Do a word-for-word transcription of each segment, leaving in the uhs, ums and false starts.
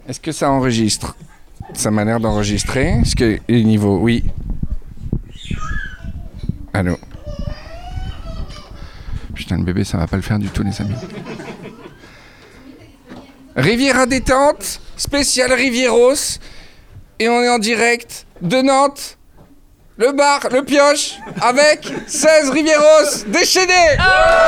Est-ce que ça enregistre? Ça m'a l'air d'enregistrer. Est-ce que les niveaux? Oui. Allô? Putain, le bébé, ça va pas le faire du tout, les amis. Riviera détente, spécial Rivieros. Et on est en direct de Nantes. Le bar, le pioche, avec seize Rivieros déchaînés.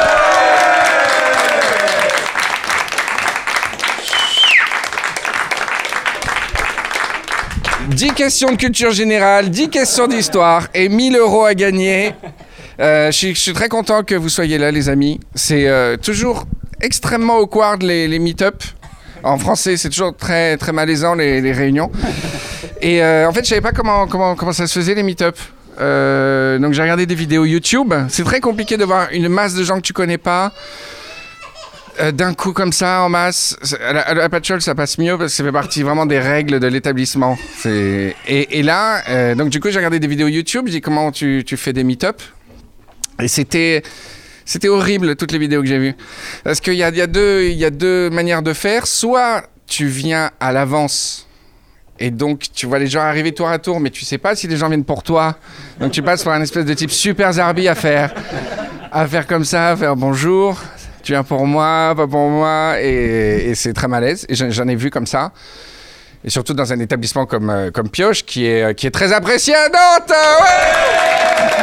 dix questions de culture générale, dix questions d'histoire et mille euros à gagner. Euh, je, suis, je suis très content que vous soyez là, les amis. C'est euh, toujours extrêmement awkward, les, les meet-up. En français, c'est toujours très, très malaisant, les, les réunions. Et euh, en fait, je savais pas comment, comment, comment ça se faisait, les meet-up. Euh, donc, j'ai regardé des vidéos YouTube. C'est très compliqué de voir une masse de gens que tu connais pas. Euh, d'un coup, comme ça, en masse. À la, à la Patchol, ça passe mieux parce que ça fait partie vraiment des règles de l'établissement. C'est... Et, et là, euh, donc du coup, j'ai regardé des vidéos YouTube. J'ai dit comment tu, tu fais des meet-up. Et c'était... C'était horrible, toutes les vidéos que j'ai vues. Parce qu'il y a, il y a deux, il y a deux manières de faire. Soit tu viens à l'avance et donc tu vois les gens arriver tour à tour, mais tu sais pas si les gens viennent pour toi. Donc tu passes par un espèce de type super zarbi à faire, à faire comme ça, à faire bonjour, tu viens pour moi, pas pour moi, et, et c'est très malaise. Et j'en ai vu comme ça. Et surtout dans un établissement comme, euh, comme Pioche, qui est, qui est très apprécié à Nantes. Ouais.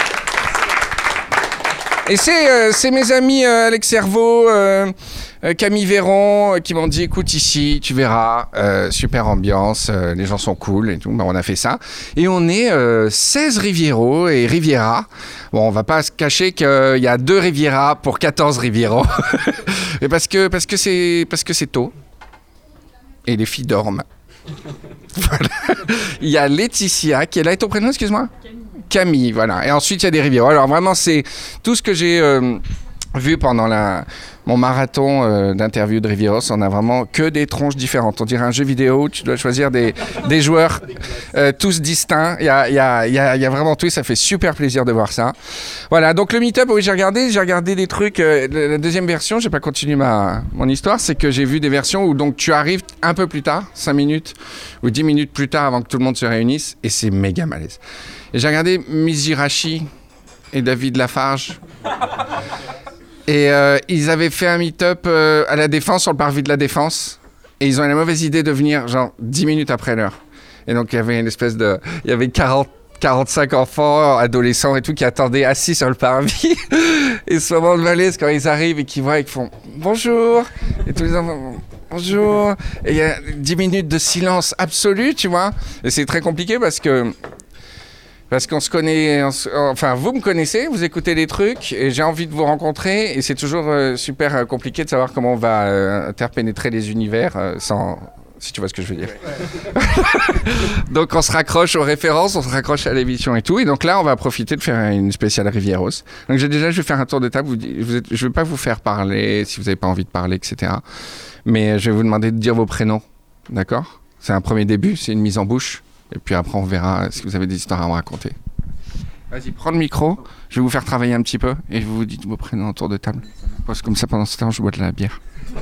Et c'est, euh, c'est mes amis euh, Alex Servo, euh, euh, Camille Véron, euh, qui m'ont dit, écoute, ici, tu verras, euh, super ambiance, euh, les gens sont cool et tout. Ben, on a fait ça. Et on est euh, seize Rivieros et Riviera. Bon, on va pas se cacher qu'il y a deux Riviera pour quatorze Rivieros. Et parce que, parce que c'est, parce que c'est tôt. Et les filles dorment. Voilà. Il y a Laetitia qui est là. Et ton prénom, excuse-moi? Camille. Camille, voilà. Et ensuite, il y a des Rivieros. Alors vraiment, c'est tout ce que j'ai euh, vu pendant la, mon marathon euh, d'interviews de Rivieros. On a vraiment que des tronches différentes. On dirait un jeu vidéo où tu dois choisir des, des joueurs euh, tous distincts. Il y a, il y, a, il y, a, il y a vraiment tout et ça fait super plaisir de voir ça. Voilà, donc le meet-up, oui, j'ai regardé. J'ai regardé des trucs. Euh, la deuxième version, je n'ai pas continué ma, mon histoire, c'est que j'ai vu des versions où donc, tu arrives un peu plus tard, cinq minutes ou dix minutes plus tard avant que tout le monde se réunisse et c'est méga malaise. Et j'ai regardé Miss Girachi et David Lafarge. Et euh, ils avaient fait un meet-up euh, à la Défense, sur le parvis de la Défense. Et ils ont eu la mauvaise idée de venir, genre, dix minutes après l'heure. Et donc, il y avait une espèce de... Il y avait quarante, quarante-cinq enfants, adolescents et tout, qui attendaient assis sur le parvis. Et ce moment de malaise, quand ils arrivent et qu'ils voient, ils font « Bonjour !» Et tous les enfants... Bonjour. Et il y a dix minutes de silence absolu, tu vois. Et c'est très compliqué parce que... Parce qu'on se connaît, on se, enfin vous me connaissez, vous écoutez les trucs et j'ai envie de vous rencontrer et c'est toujours euh, super euh, compliqué de savoir comment on va euh, interpénétrer les univers euh, sans, si tu vois ce que je veux dire. Donc on se raccroche aux références, on se raccroche à l'émission et tout et donc là on va profiter de faire une spéciale Rivieros. Donc j'ai déjà, je vais faire un tour de table, vous, vous êtes, je vais pas vous faire parler si vous n'avez pas envie de parler, et cetera. Mais je vais vous demander de dire vos prénoms, d'accord? C'est un premier début, c'est une mise en bouche. Et puis après, on verra si vous avez des histoires à me raconter. Vas-y, prends le micro. Je vais vous faire travailler un petit peu. Et vous vous dites vos prénoms autour de table. Parce que comme ça, pendant ce temps, je bois de la bière.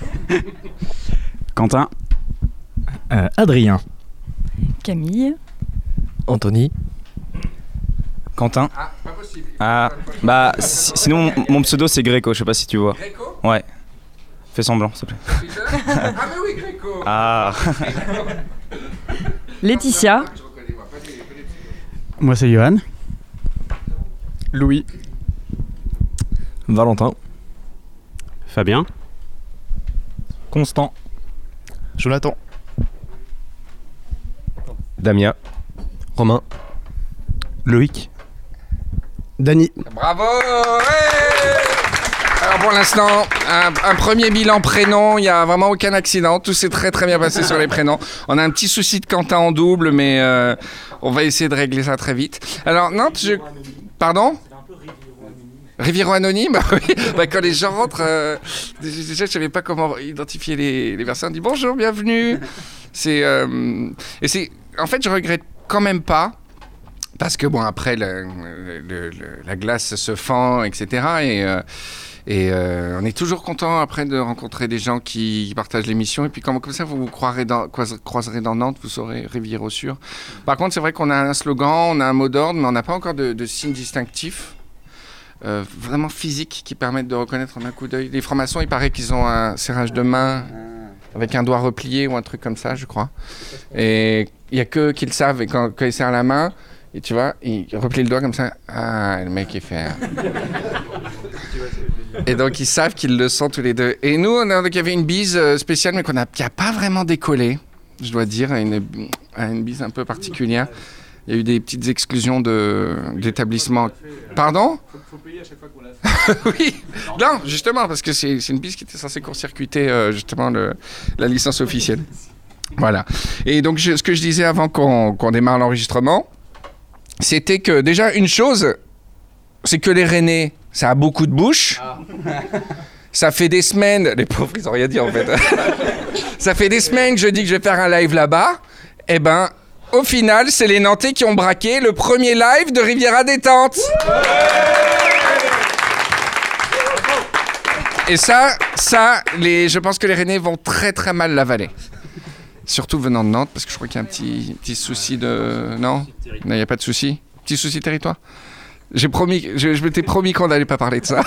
Quentin. Euh, Adrien. Camille. Anthony. Quentin. Ah, pas possible. Ah, bah, si, sinon, mon pseudo, c'est Gréco. Je sais pas si tu vois. Gréco ? Ouais. Fais semblant, s'il te plaît. Ah, mais oui, Gréco. Ah. Laetitia. Moi, c'est Johan. Louis. Valentin. Fabien. Constant. Jonathan. Damien. Romain. Loïc. Dany. Bravo. Ouais. Alors pour l'instant, un, un premier bilan prénom, il n'y a vraiment aucun accident, tout s'est très très bien passé sur les prénoms. On a un petit souci de Quentin en double, mais euh, on va essayer de régler ça très vite. Alors Nantes, je... Pardon ? Riviero anonyme, oui. Bah, quand les gens rentrent, euh, déjà je ne savais pas comment identifier les, les personnes. On dit bonjour, bienvenue. C'est, euh, et c'est, en fait, je regrette quand même pas. Parce que bon, après, le, le, le, la glace se fend, et cetera. Et, euh, Et euh, on est toujours content après de rencontrer des gens qui, qui partagent l'émission. Et puis comme, comme ça, vous vous croirez dans, croiserez dans Nantes, vous saurez Rivière-au-Sûr. Par contre, c'est vrai qu'on a un slogan, on a un mot d'ordre, mais on n'a pas encore de, de signe distinctif. Euh, vraiment physiques qui permettent de reconnaître en un coup d'œil. Les francs-maçons, il paraît qu'ils ont un serrage de main avec un doigt replié ou un truc comme ça, je crois. Et il n'y a qu'eux qui le savent. Et quand, quand ils serrent la main, et tu vois, ils replient le doigt comme ça. Ah, le mec est fait. Et donc, ils savent qu'ils le sont tous les deux. Et nous, on a, donc, il y avait une bise spéciale, mais qu'on n'a pas vraiment décollé, je dois dire, une, une bise un peu particulière. Il y a eu des petites exclusions de, d'établissements. Pardon ? Il faut, faut payer à chaque fois qu'on l'a fait. Oui, non, justement, parce que c'est, c'est une bise qui était censée court-circuiter euh, justement le, la licence officielle. Voilà. Et donc, je, ce que je disais avant qu'on, qu'on démarre l'enregistrement, c'était que déjà, une chose, c'est que les Rennais, ça a beaucoup de bouche. Ah. Ça fait des semaines... Les pauvres, ils n'ont rien dit, en fait. Ça fait des semaines que je dis que je vais faire un live là-bas. Eh ben... Au final, c'est les Nantais qui ont braqué le premier live de Riviera Détente. Et ça, ça, les, je pense que les Rennais vont très très mal l'avaler. Surtout venant de Nantes, parce que je crois qu'il y a un petit, petit souci de... Non ? Il n'y a pas de souci ? Petit souci de territoire ? J'ai promis, je, je m'étais promis qu'on n'allait pas parler de ça.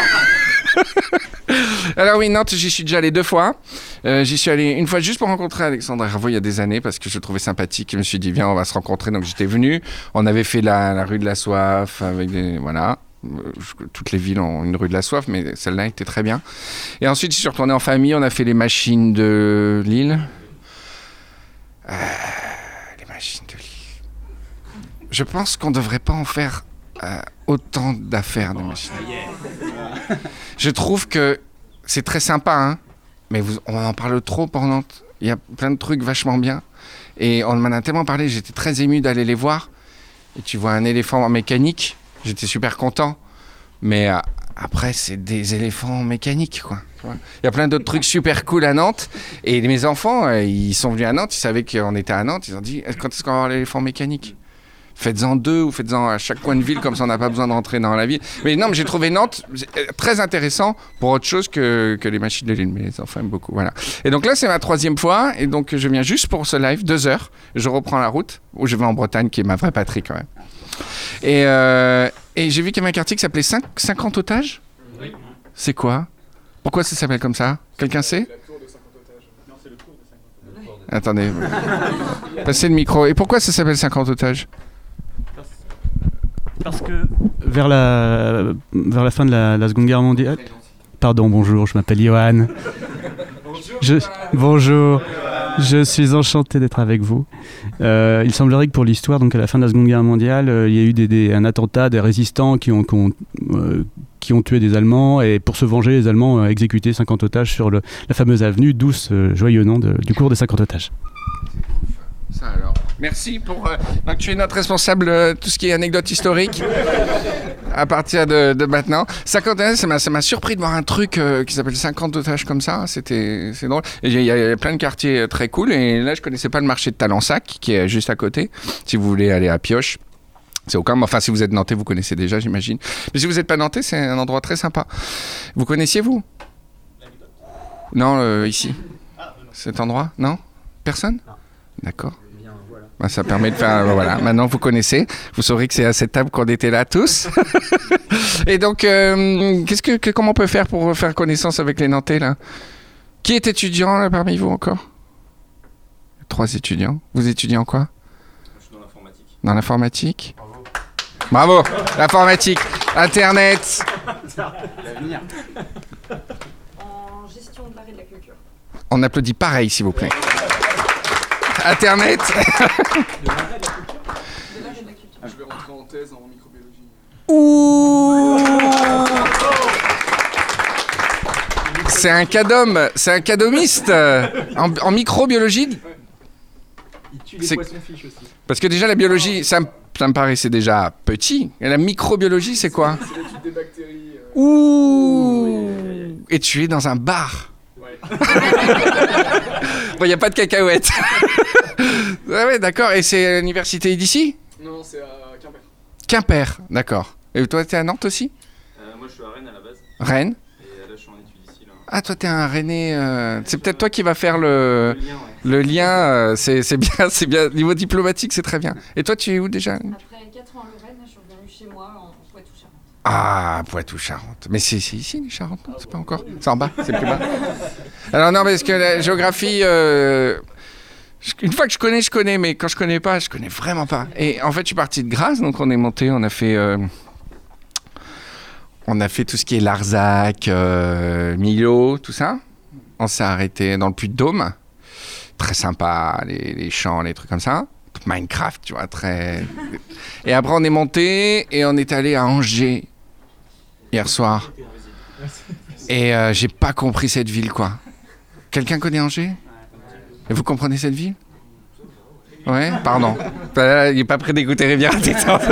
Alors oui, Nantes, j'y suis déjà allé deux fois. Euh, j'y suis allé une fois juste pour rencontrer Alexandre Herveau il y a des années parce que je le trouvais sympathique. Je me suis dit, viens, on va se rencontrer. Donc j'étais venu. On avait fait la, la rue de la Soif avec des... Voilà. Toutes les villes ont une rue de la Soif, mais celle-là était très bien. Et ensuite, je suis retourné en famille. On a fait les machines de Lille. Euh, les machines de Lille. Je pense qu'on ne devrait pas en faire euh, autant d'affaires de machines. Je trouve que c'est très sympa, hein, mais vous, on en parle trop pour Nantes. Il y a plein de trucs vachement bien. Et on m'en a tellement parlé, j'étais très ému d'aller les voir. Et tu vois un éléphant en mécanique, j'étais super content. Mais euh, après, c'est des éléphants mécaniques, quoi. Il y a plein d'autres trucs super cool à Nantes. Et mes enfants, euh, ils sont venus à Nantes, ils savaient qu'on était à Nantes. Ils ont dit, quand est-ce qu'on va avoir l'éléphant mécanique ? Faites-en deux ou faites-en à chaque coin de ville, comme ça on n'a pas besoin de rentrer dans la ville. Mais non, mais j'ai trouvé Nantes très intéressant pour autre chose que, que les machines de Lille. Mais les enfants aiment beaucoup, voilà. Et donc là, c'est ma troisième fois. Et donc, je viens juste pour ce live, deux heures. Je reprends la route, où je vais en Bretagne, qui est ma vraie patrie quand même. Et, euh, et j'ai vu qu'il y avait un quartier qui s'appelait cinquante otages. Oui. C'est quoi ? Pourquoi ça s'appelle comme ça ? Quelqu'un sait ? La tour de cinquante otages. Non, c'est le tour de cinquante otages. Attendez. Passez le micro. Et pourquoi ça s'appelle cinquante otages ? Parce que vers la, vers la fin de la, la Seconde Guerre mondiale... Pardon, bonjour, je m'appelle Johan. Bonjour. Je, bonjour, je suis enchanté d'être avec vous. Euh, il semblerait que pour l'histoire, donc à la fin de la Seconde Guerre mondiale, euh, il y a eu des, des, un attentat des résistants qui ont, qui, ont, euh, qui ont tué des Allemands. Et pour se venger, les Allemands ont exécuté cinquante otages sur le, la fameuse avenue, d'où ce joyeux nom de, du cours des cinquante otages. Ça alors. Merci pour... Euh, donc tu es notre responsable euh, tout ce qui est anecdote historique à partir de, de maintenant. cinquante otages, ça m'a, ça m'a surpris de voir un truc euh, qui s'appelle cinquante otages comme ça. C'était, c'est drôle. Il y, y a plein de quartiers très cool. Et là, je connaissais pas le marché de Talensac qui est juste à côté. Si vous voulez aller à Pioche, c'est au camp. Enfin, si vous êtes nantais, vous connaissez déjà, j'imagine. Mais si vous n'êtes pas nantais, c'est un endroit très sympa. Vous connaissiez, vous ? Non, euh, ici. Cet endroit ? Non ? Personne ? D'accord. Ben, ça permet de faire... Euh, voilà, maintenant vous connaissez. Vous saurez que c'est à cette table qu'on était là tous. Et donc, euh, qu'est-ce que, que, comment on peut faire pour faire connaissance avec les Nantais, là ? Qui est étudiant, là, parmi vous, encore ? Trois étudiants. Vous étudiez en quoi ? Je suis dans l'informatique. Dans l'informatique ? Bravo. Bravo. L'informatique. Internet. L'avenir. En gestion de l'art et de la culture. On applaudit pareil, s'il vous plaît. Internet. Je vais rentrer en thèse en microbiologie. Ouh. C'est un cadom, c'est un cadomiste en, en microbiologie. Il tue les poissons-fiches aussi. Parce que déjà la biologie, ça me, ça me paraissait déjà petit. Et la microbiologie, c'est quoi ? C'est l'étude des bactéries. Euh... Ouh. Et tu es dans un bar. Ouais. Bon, il n'y a pas de cacahuètes. Ah ouais, d'accord. Et c'est l'université d'ici ? Non, c'est à Quimper. Quimper, d'accord. Et toi, tu es à Nantes aussi ? euh, Moi, je suis à Rennes à la base. Rennes. Et là, je suis en études ici. Là. Ah, toi, t'es un Rennais. Euh... C'est peut-être toi qui va faire le, Le lien, ouais. le lien. euh, c'est, c'est bien, c'est bien. Niveau diplomatique, c'est très bien. Et toi, tu es où déjà? Après quatre ans à Lorraine, je suis revenue chez moi en Poitou-Charentes. Ah, Poitou-Charentes. Mais c'est, c'est ici, les Charentes, non? C'est pas encore? C'est en bas, c'est plus bas. Alors non, parce que la géographie... euh, Une fois que je connais, je connais, mais quand je connais pas, je connais vraiment pas. Et en fait, je suis parti de Grasse, donc on est monté, on a fait... Euh... On a fait tout ce qui est Larzac, euh, Millau, tout ça. On s'est arrêté dans le Puy-de-Dôme. Très sympa, les, les champs, les trucs comme ça. Minecraft, tu vois, très... Et après, on est monté et on est allé à Angers hier soir. Et euh, j'ai pas compris cette ville, quoi. Quelqu'un connaît Angers? Et vous comprenez cette ville? Ouais, pardon. Il n'est pas prêt d'écouter Rivière Détente.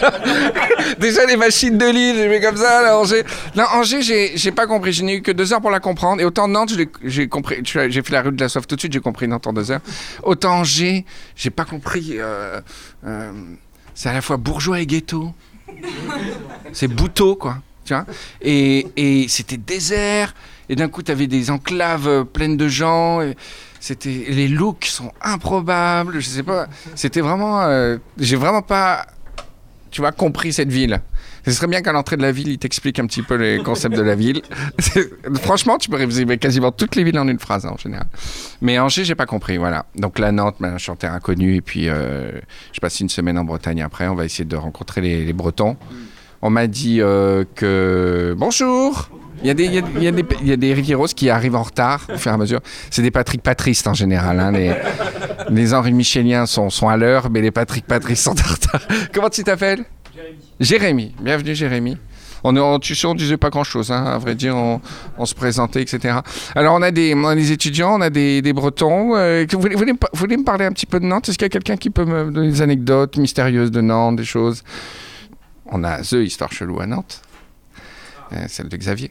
Déjà, les machines de Lille, j'ai mis comme ça, là, Angers. Non, Angers, j'ai, j'ai pas compris. Je n'ai eu que deux heures pour la comprendre. Et autant Nantes, je l'ai, j'ai compris. J'ai fait la rue de la Soif tout de suite, j'ai compris Nantes en deux heures. Autant Angers, j'ai pas compris. Euh, euh, c'est à la fois bourgeois et ghetto. C'est Bouteau, quoi. Tu vois, et, et c'était désert. Et d'un coup, tu avais des enclaves pleines de gens. Et c'était, les looks sont improbables. Je sais pas. C'était vraiment. Euh, j'ai vraiment pas, tu vois, compris cette ville. Ce serait bien qu'à l'entrée de la ville, il t'explique un petit peu les concepts de la ville. C'est, franchement, tu peux résumer quasiment toutes les villes en une phrase, hein, en général. Mais Angers, j'ai pas compris. Voilà. Donc la Nantes, ben, je suis en terre inconnue. Et puis, euh, je passe une semaine en Bretagne après. On va essayer de rencontrer les, les Bretons. On m'a dit euh, que... Bonjour! Il y a des, il y a, il y a des, il y a des Rivieros qui arrivent en retard au fur et à mesure. C'est des Patrick Patristes en général. Hein. Les, les Henri Micheliens sont, sont à l'heure, mais les Patrick Patristes sont en retard. Comment tu t'appelles? Jérémy. Jérémy. Bienvenue, Jérémy. On est en tution, on ne disait pas grand-chose, hein, à vrai dire, on, on se présentait, et cetera. Alors, on a des, on a des étudiants, on a des, des Bretons. Euh, vous, voulez, vous, voulez, vous voulez me parler un petit peu de Nantes? Est-ce qu'il y a quelqu'un qui peut me donner des anecdotes mystérieuses de Nantes, des choses? On a The Histoire Chelou à Nantes, euh, celle de Xavier.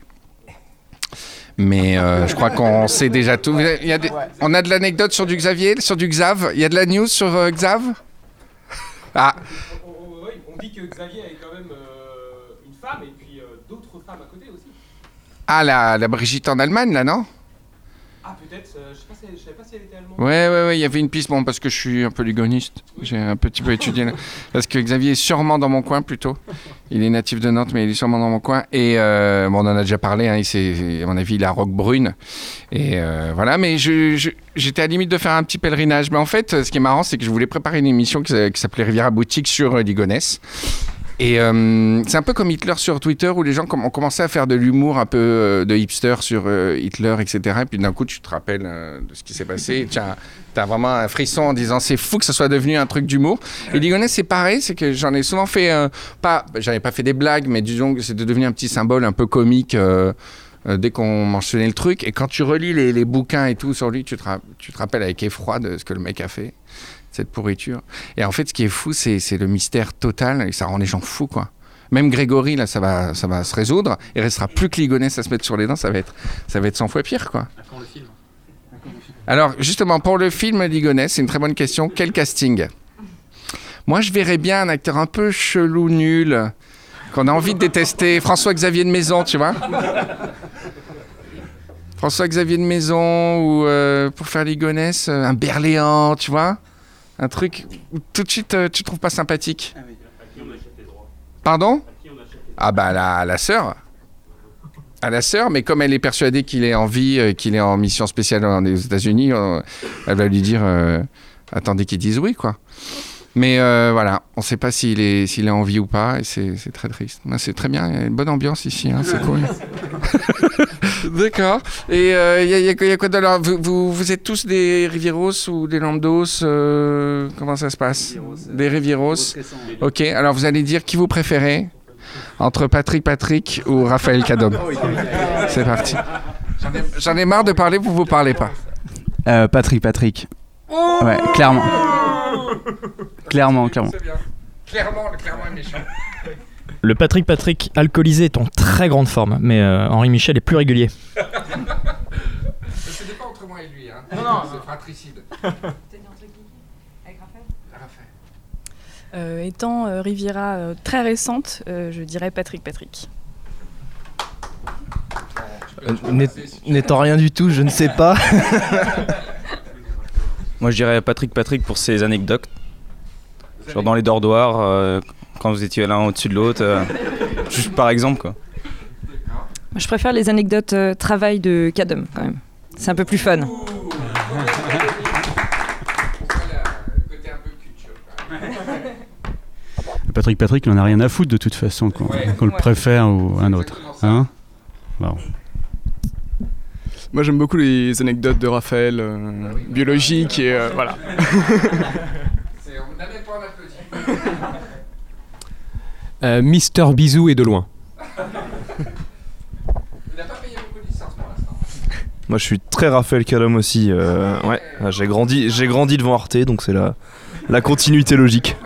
Mais euh, je crois qu'on sait déjà tout. Il y a des... On a de l'anecdote sur du Xavier, sur du Xav. Il y a de la news sur euh, Xav? Ah. On, on, oui, on dit que Xavier est quand même euh, une femme et puis euh, d'autres femmes à côté aussi. Ah, la, la Brigitte en Allemagne, là, non? Ah, peut-être. Euh, je ne savais pas si elle était allemande. Ouais, ouais, ouais, il y avait une piste, bon, parce que je suis un peu lugoniste. J'ai un petit peu étudié. Là, parce que Xavier est sûrement dans mon coin, plutôt. Il est natif de Nantes, mais il est sûrement dans mon coin. Et euh, bon, on en a déjà parlé, hein, il s'est, à mon avis, il a Roquebrune. Et euh, voilà, mais je, je, j'étais à la limite de faire un petit pèlerinage. Mais en fait, ce qui est marrant, c'est que je voulais préparer une émission qui, qui s'appelait Riviera Boutique sur euh, Ligonnès. Et euh, c'est un peu comme Hitler sur Twitter où les gens com- ont commencé à faire de l'humour un peu euh, de hipster sur euh, Hitler, et cetera. Et puis d'un coup, tu te rappelles euh, de ce qui s'est passé. Et tiens, t'as vraiment un frisson en disant c'est fou que ça soit devenu un truc d'humour. Et Ligonnès, c'est pareil, c'est que j'en ai souvent fait, euh, pas, j'en ai pas fait des blagues, mais disons que c'était devenu un petit symbole un peu comique euh, euh, dès qu'on mentionnait le truc. Et quand tu relis les, les bouquins et tout sur lui, tu te, ra- tu te rappelles avec effroi de ce que le mec a fait. Cette pourriture. Et en fait, ce qui est fou, c'est, c'est le mystère total et ça rend les gens fous, quoi. Même Grégory, là, ça va, ça va se résoudre. Il restera plus que Ligonnès à se mettre sur les dents. Ça va être, ça va être cent fois pire, quoi. Quand le film. Alors, justement, pour le film Ligonnès, c'est une très bonne question. Quel casting? Moi, je verrais bien un acteur un peu chelou, nul, qu'on a envie de détester. François-Xavier de Maison, tu vois. François-Xavier de Maison ou euh, pour faire Ligonnès, un Berléand, tu vois. Un truc où tout de suite euh, tu trouves pas sympathique. Ah oui. À qui on achète les droits? Pardon? À qui on achète les droits? Ah bah la, la sœur. À la sœur, mais comme elle est persuadée qu'il est en vie, euh, qu'il est en mission spéciale aux États-Unis, euh, elle va lui dire euh, attendez qu'ils disent oui, quoi. Mais euh, voilà, on sait pas s'il est, s'il est en vie ou pas, et c'est, c'est très triste. Mais c'est très bien, il y a une bonne ambiance ici, hein, c'est cool. D'accord. Et il euh, y, y, y a quoi d'autre? vous, vous, vous êtes tous des Rivieros ou des Landos euh, comment ça se passe? Rivieros, euh, des Rivieros. Ok, alors vous allez dire qui vous préférez entre Patrick Patrick ou Raphaël Cadom. C'est parti. J'en ai, j'en ai marre de parler, vous vous parlez pas. Euh, Patrick Patrick. Ouais, clairement. Clairement, clairement. C'est bien. Clairement, le clairement est méchant. Le Patrick Patrick alcoolisé est en très grande forme, mais euh, Henri Michel est plus régulier. Ce n'est pas entre moi et lui, hein. Non, non, c'est fratricide. T'as dit entre qui? Avec Raphaël? Raphaël. Euh, étant euh, Riviera euh, très récente, euh, je dirais Patrick Patrick. Euh, n'ét- N'étant rien du tout, je ne sais pas. Moi, je dirais Patrick Patrick pour ses anecdotes. Genre dans les dortoirs, euh, quand vous étiez l'un au-dessus de l'autre. euh, juste par exemple, quoi. Moi, je préfère les anecdotes euh, travail de Cadom quand même. C'est un peu plus fun. Patrick Patrick, il en a rien à foutre de toute façon, qu'on Ouais. qu'on le Ouais. préfère ou un autre. Hein bon. Moi j'aime beaucoup les anecdotes de Raphaël, euh, biologiques et euh, voilà. Euh, Mister Bisou est de loin. Moi, je suis très Raphaël Cadom aussi. euh, ouais, Ah, j'ai grandi, j'ai grandi devant Arte, donc c'est la, la continuité logique.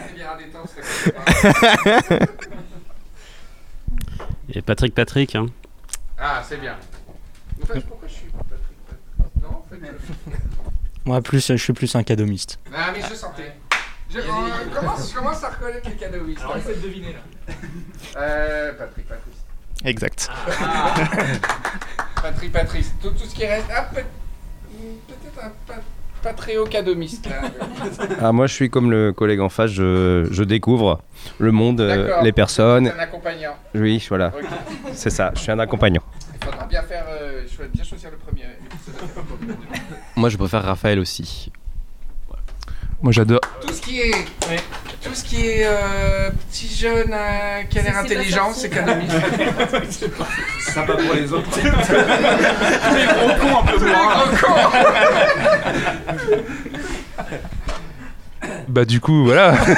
Et Patrick Patrick, hein. Ah, c'est bien. Enfin, pourquoi je suis Patrick Patrick Non, en fait. euh, Moi, plus, je suis plus un cadomiste. Ah, mais je sentais. Je, on, commence, je commence à reconnaître les cadeauistes. Alors, essaie de deviner là. Euh, Patrick Patrick. Exact. Ah. Patrick Patrice. Tout, tout ce qui reste. Ah, peut, peut-être un pa, patréo-cadomiste là. Ah, moi je suis comme le collègue en face, je, je découvre le monde, euh, D'accord. les personnes. Un accompagnant. Oui, voilà. Ok. C'est ça, je suis un accompagnant. Il faudra bien faire. Euh, cho- bien choisir le premier. Moi, je préfère Raphaël aussi. Moi j'adore. Tout ce qui est, tout ce qui est euh, petit jeune euh, qui a l'air intelligent, c'est cadomiste. C'est sympa pour les autres. Tous les gros cons un peu Tous les gros cons. Bah du coup voilà. Ça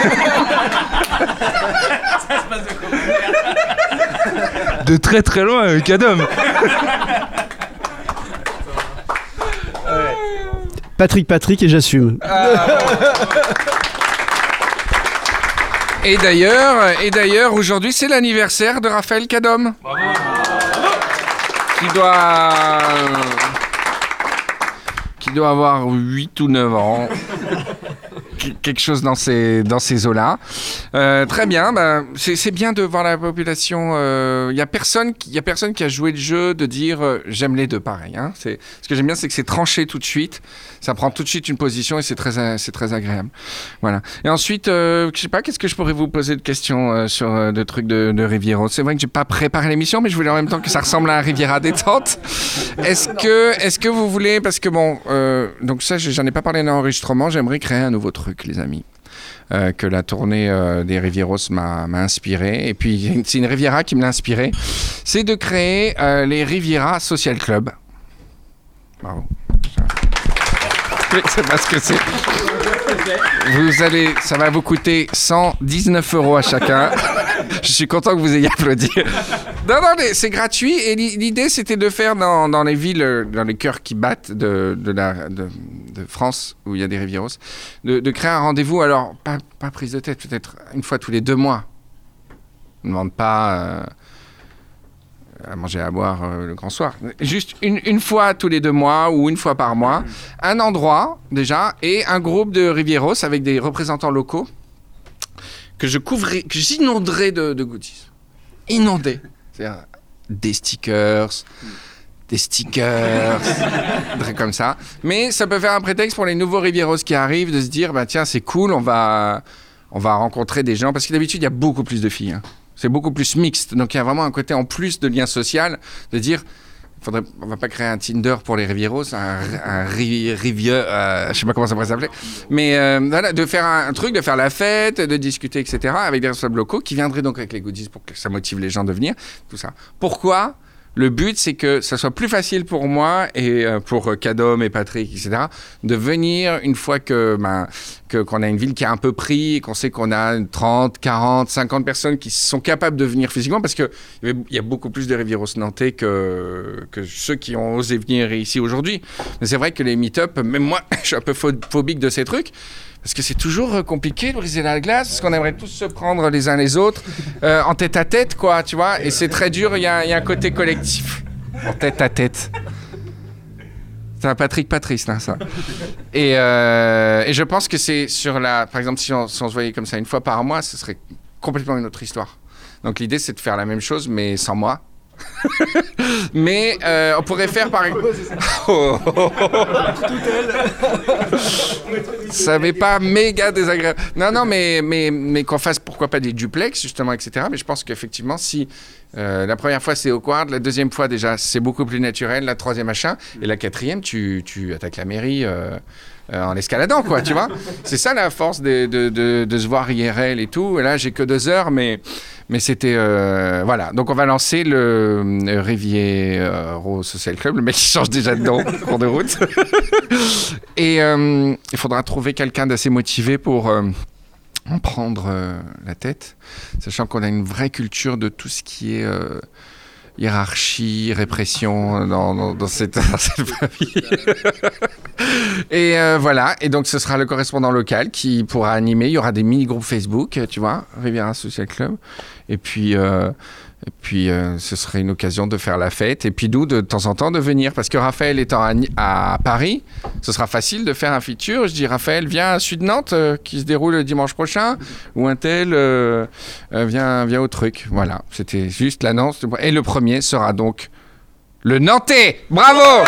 se passe de comment? De très très loin, euh, Cadom. Patrick Patrick et j'assume. Et d'ailleurs, et d'ailleurs, aujourd'hui, c'est l'anniversaire de Raphaël Cadom. Qui doit, qui doit avoir huit ou neuf ans. Quelque chose dans ces, dans ces eaux-là. Euh, très bien, bah, c'est, c'est bien de voir la population. Il euh, n'y a, personne qui- y a personne qui a joué le jeu de dire euh, j'aime les deux pareil. Hein. C'est, ce que j'aime bien, c'est que c'est tranché tout de suite. Ça prend tout de suite une position et c'est très, euh, c'est très agréable. Voilà. Et ensuite, euh, je sais pas, qu'est-ce que je pourrais vous poser de questions euh, sur euh, de trucs de, de Riviera. C'est vrai que j'ai pas préparé l'émission, mais je voulais en même temps que ça ressemble à un Riviera détente. Est-ce que, est-ce que vous voulez, parce que bon, euh, donc ça, j'en ai pas parlé dans l'enregistrement, j'aimerais créer un nouveau truc, les amis. Euh, que la tournée euh, des Rivieros m'a, m'a inspiré. Et puis, c'est une Riviera qui me l'a inspiré. C'est de créer euh, les Riviera Social Club. Bravo. Oui, c'est parce que c'est... Vous allez... Ça va vous coûter cent dix-neuf euros à chacun. Je suis content que vous ayez applaudi. Non, non, mais c'est gratuit. Et l'idée, c'était de faire dans, dans les villes, dans les cœurs qui battent de, de, la, de, de France, où il y a des Rivieros, de, de créer un rendez-vous. Alors, pas, pas prise de tête, peut-être une fois tous les deux mois. On ne demande pas euh, à manger et à boire euh, le grand soir. Juste une, une fois tous les deux mois ou une fois par mois. Un endroit, déjà, et un groupe de Rivieros avec des représentants locaux que je couvrirai, que j'inonderai de, de goodies. Inondé. C'est-à-dire des stickers, des stickers, des trucs comme ça. Mais ça peut faire un prétexte pour les nouveaux Rivieros qui arrivent de se dire, bah tiens, c'est cool, on va, on va rencontrer des gens. Parce que d'habitude, il y a beaucoup plus de filles. Hein. C'est beaucoup plus mixte. Donc il y a vraiment un côté en plus de lien social, de dire... Faudrait, on va pas créer un Tinder pour les Rivieros, un, un ri, Rivieux, euh, je sais pas comment ça pourrait s'appeler, mais euh, voilà, de faire un, un truc, de faire la fête, de discuter, et cetera, avec des responsables locaux qui viendraient donc avec les goodies pour que ça motive les gens de venir, tout ça. Pourquoi ? Le but, c'est que ça soit plus facile pour moi et euh, pour Cadom et Patrick, et cetera, de venir une fois que, ben, que, qu'on a une ville qui a un peu pris et qu'on sait qu'on a trente, quarante, cinquante personnes qui sont capables de venir physiquement parce qu'il y a beaucoup plus de Rivieros nantais que, que ceux qui ont osé venir ici aujourd'hui. Mais c'est vrai que les meet-up, même moi, je suis un peu phobique de ces trucs. Parce que c'est toujours compliqué de briser la glace, parce qu'on aimerait tous se prendre les uns les autres, euh, en tête à tête, quoi, tu vois. Et c'est très dur, il y, y a un côté collectif, en tête à tête. C'est un Patrick Patrice, là, ça. Et, euh, et je pense que c'est sur la... Par exemple, si on, si on se voyait comme ça une fois par mois, ce serait complètement une autre histoire. Donc l'idée, c'est de faire la même chose, mais sans moi. Mais euh, on pourrait faire par exemple. Oh, oh, oh, oh. Ça n'est pas méga désagréable. Non, non, mais, mais, mais qu'on fasse pourquoi pas des duplex, justement, et cetera. Mais je pense qu'effectivement, si euh, la première fois c'est awkward, la deuxième fois déjà c'est beaucoup plus naturel, la troisième machin, et la quatrième, tu, tu attaques la mairie. Euh, Euh, en escaladant, quoi, tu vois. C'est ça la force de, de, de, de se voir I R L et tout. Et là, j'ai que deux heures, mais, mais c'était... Euh, voilà. Donc, on va lancer le euh, Riviero Social Club. Le mec, il change déjà de nom, cours de route. Et euh, il faudra trouver quelqu'un d'assez motivé pour... Euh, en prendre euh, la tête, sachant qu'on a une vraie culture de tout ce qui est... Euh, hiérarchie, répression dans, dans, dans, cette, dans cette famille. Et euh, voilà, et donc ce sera le correspondant local qui pourra animer. Il y aura des mini-groupes Facebook, tu vois, Riviera Social Club. Et puis, euh, et puis euh, ce serait une occasion de faire la fête. Et puis nous, de, de temps en temps, de venir. Parce que Raphaël étant à, à Paris, ce sera facile de faire un feature. Je dis, Raphaël, viens à Sud-Nantes, euh, qui se déroule le dimanche prochain. Ou un tel, euh, euh, viens, viens au truc. Voilà, c'était juste l'annonce. Et le premier sera donc le Nantais. Bravo!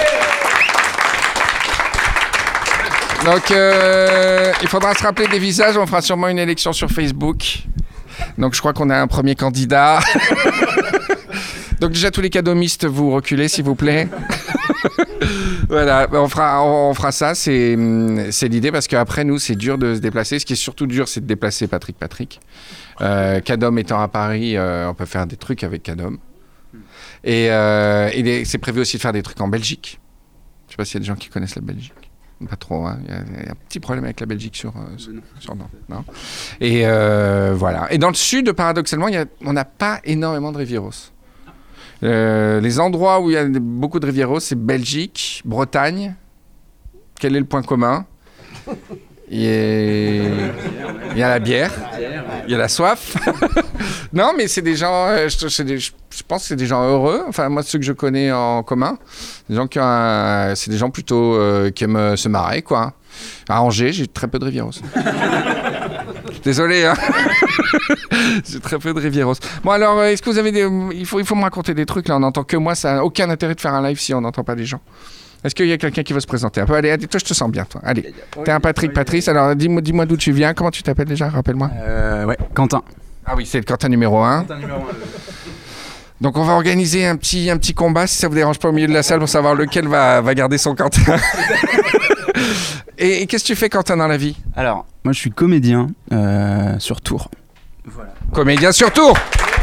Donc, euh, il faudra se rappeler des visages. On fera sûrement une élection sur Facebook. Donc, je crois qu'on a un premier candidat. Donc, déjà, tous les cadomistes, vous reculez, s'il vous plaît. Voilà, on fera, on fera ça. C'est, c'est l'idée parce qu'après, nous, c'est dur de se déplacer. Ce qui est surtout dur, c'est de déplacer Patrick Patrick. Euh, Cadom étant à Paris, euh, on peut faire des trucs avec Cadom. Et, euh, et les, c'est prévu aussi de faire des trucs en Belgique. Je ne sais pas s'il y a des gens qui connaissent la Belgique. Pas trop, hein. Il y, a, il y a un petit problème avec la Belgique sur, euh, sur, sur non, non. Et euh, voilà. Et dans le sud, paradoxalement, il y a, on n'a pas énormément de Rivieros. Euh, les endroits où il y a beaucoup de Rivieros, c'est Belgique, Bretagne. Quel est le point commun ? Il y, a... il y a la bière, il y a la soif. Non, mais c'est des gens, euh, je, c'est des, je pense que c'est des gens heureux. Enfin, moi, ceux que je connais en commun, des gens qui ont un, c'est des gens plutôt euh, qui aiment se marrer, quoi. À Angers, j'ai très peu de Rivieros. Désolé, hein. J'ai très peu de Rivieros. Bon, alors, est-ce que vous avez des... Il faut, il faut me raconter des trucs, là. On n'entend que moi. Ça n'a aucun intérêt de faire un live si on n'entend pas les gens. Est-ce qu'il y a quelqu'un qui veut se présenter un peu ? Allez, allez, toi, je te sens bien, toi. Allez, t'es un Patrick Patrice. Alors, dis-moi, dis-moi d'où tu viens. Comment tu t'appelles déjà ? Rappelle-moi. Euh, ouais, Quentin. Ah oui, c'est le Quentin numéro un. Quentin numéro un. Donc, on va organiser un petit, un petit combat, si ça vous dérange pas, au milieu de la salle, pour savoir lequel va, va garder son Quentin. et, et qu'est-ce que tu fais, Quentin, dans la vie ? Alors, moi, je suis comédien euh, sur Tours. Voilà. Comédien sur Tours.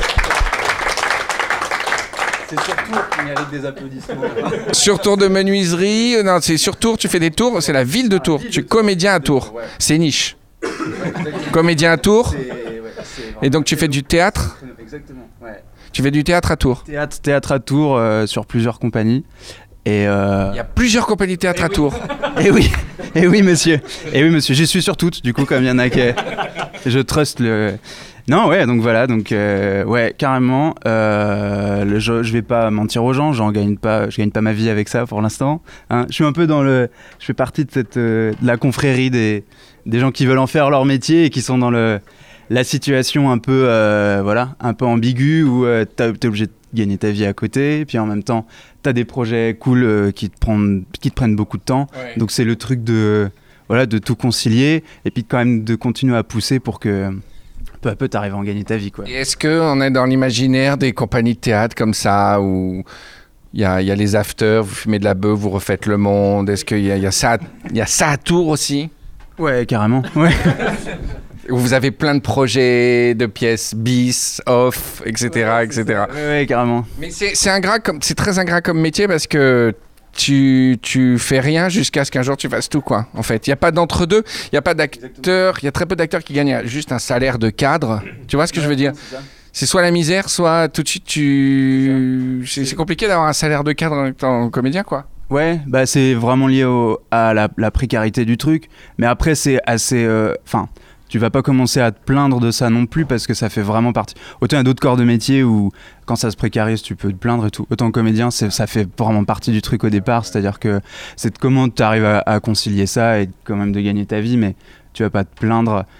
C'est sur Tours, mais avec des applaudissements. Sur Tours de menuiserie, non, c'est sur Tours, tu fais des tours, c'est la ville de Tours. Tu es comédien à Tours, ouais. C'est niche. Ouais, comédien à Tours, c'est, ouais, c'est et donc tu fais du théâtre. Exactement, ouais. Tu fais du théâtre à Tours. Théâtre, théâtre à Tours euh, sur plusieurs compagnies. Et euh... Il y a plusieurs compagnies de théâtre et à oui. Tours. Et oui, et oui, monsieur. Et oui, monsieur, j'y suis sur toutes, du coup, comme il y en a qui. Je trust le. Non, ouais, donc voilà, donc euh, ouais, carrément. Euh, le, je, je vais pas mentir aux gens, j'en gagne pas, je gagne pas ma vie avec ça pour l'instant. Hein. Je suis un peu dans le, je fais partie de cette, euh, de la confrérie des, des gens qui veulent en faire leur métier et qui sont dans le, la situation un peu, euh, voilà, un peu ambiguë où euh, t'es obligé de gagner ta vie à côté, et puis en même temps, t'as des projets cool euh, qui te prennent, qui te prennent beaucoup de temps. Ouais. Donc c'est le truc de, voilà, de tout concilier et puis quand même de continuer à pousser pour que peu à peu, t'arrives à en gagner ta vie, quoi. Et est-ce qu'on est dans l'imaginaire des compagnies de théâtre comme ça, où il y a, y a les afters, vous fumez de la beuh, vous refaites le monde, est-ce qu'il y a, y a ça, y a ça à Tours aussi ? Ouais, carrément, ouais. Où vous avez plein de projets, de pièces bis, off, et cetera, ouais, et cetera. Ouais, ouais, carrément. Mais c'est, c'est ingrat comme, c'est très ingrat comme métier parce que tu, tu fais rien jusqu'à ce qu'un jour tu fasses tout, quoi, en fait. Il n'y a pas d'entre-deux, il n'y a pas d'acteurs, il y a très peu d'acteurs qui gagnent juste un salaire de cadre. Tu vois ce que ouais, je veux dire ? C'est, c'est soit la misère, soit tout de suite tu... C'est, c'est compliqué d'avoir un salaire de cadre en étant comédien, quoi. Ouais, bah c'est vraiment lié au, à la, la précarité du truc. Mais après, c'est assez... Enfin... Euh, tu vas pas commencer à te plaindre de ça non plus parce que ça fait vraiment partie. Autant il y a d'autres corps de métier où quand ça se précarise, tu peux te plaindre et tout. Autant comédien, c'est, ça fait vraiment partie du truc au départ, c'est-à-dire que c'est comment tu arrives à, à concilier ça et quand même de gagner ta vie, mais tu vas pas te plaindre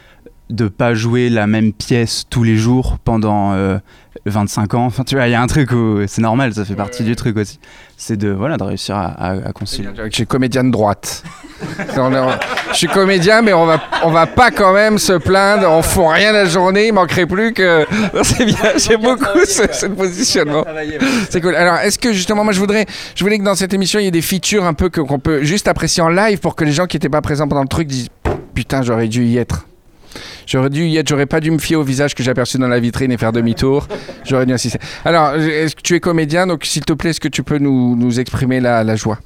de pas jouer la même pièce tous les jours pendant euh, vingt-cinq ans. Enfin, tu vois, il y a un truc où c'est normal, ça fait partie du truc aussi. C'est de, voilà, de réussir à, à, à concilier. Je suis comédien de droite. Je suis comédien, mais on va, on va pas quand même se plaindre. On fout rien la journée. Il manquerait plus que. Non, c'est bien. J'aime beaucoup ce, ce positionnement. C'est cool. Alors, est-ce que justement, moi, je voudrais, je voulais que dans cette émission, il y ait des features un peu que, qu'on peut juste apprécier en live pour que les gens qui n'étaient pas présents pendant le truc disent putain, j'aurais dû y être. J'aurais dû y être. J'aurais pas dû me fier au visage que j'ai aperçu dans la vitrine et faire demi-tour. J'aurais dû insister. Alors, est-ce que tu es comédien, donc s'il te plaît, est-ce que tu peux nous, nous exprimer la, la joie?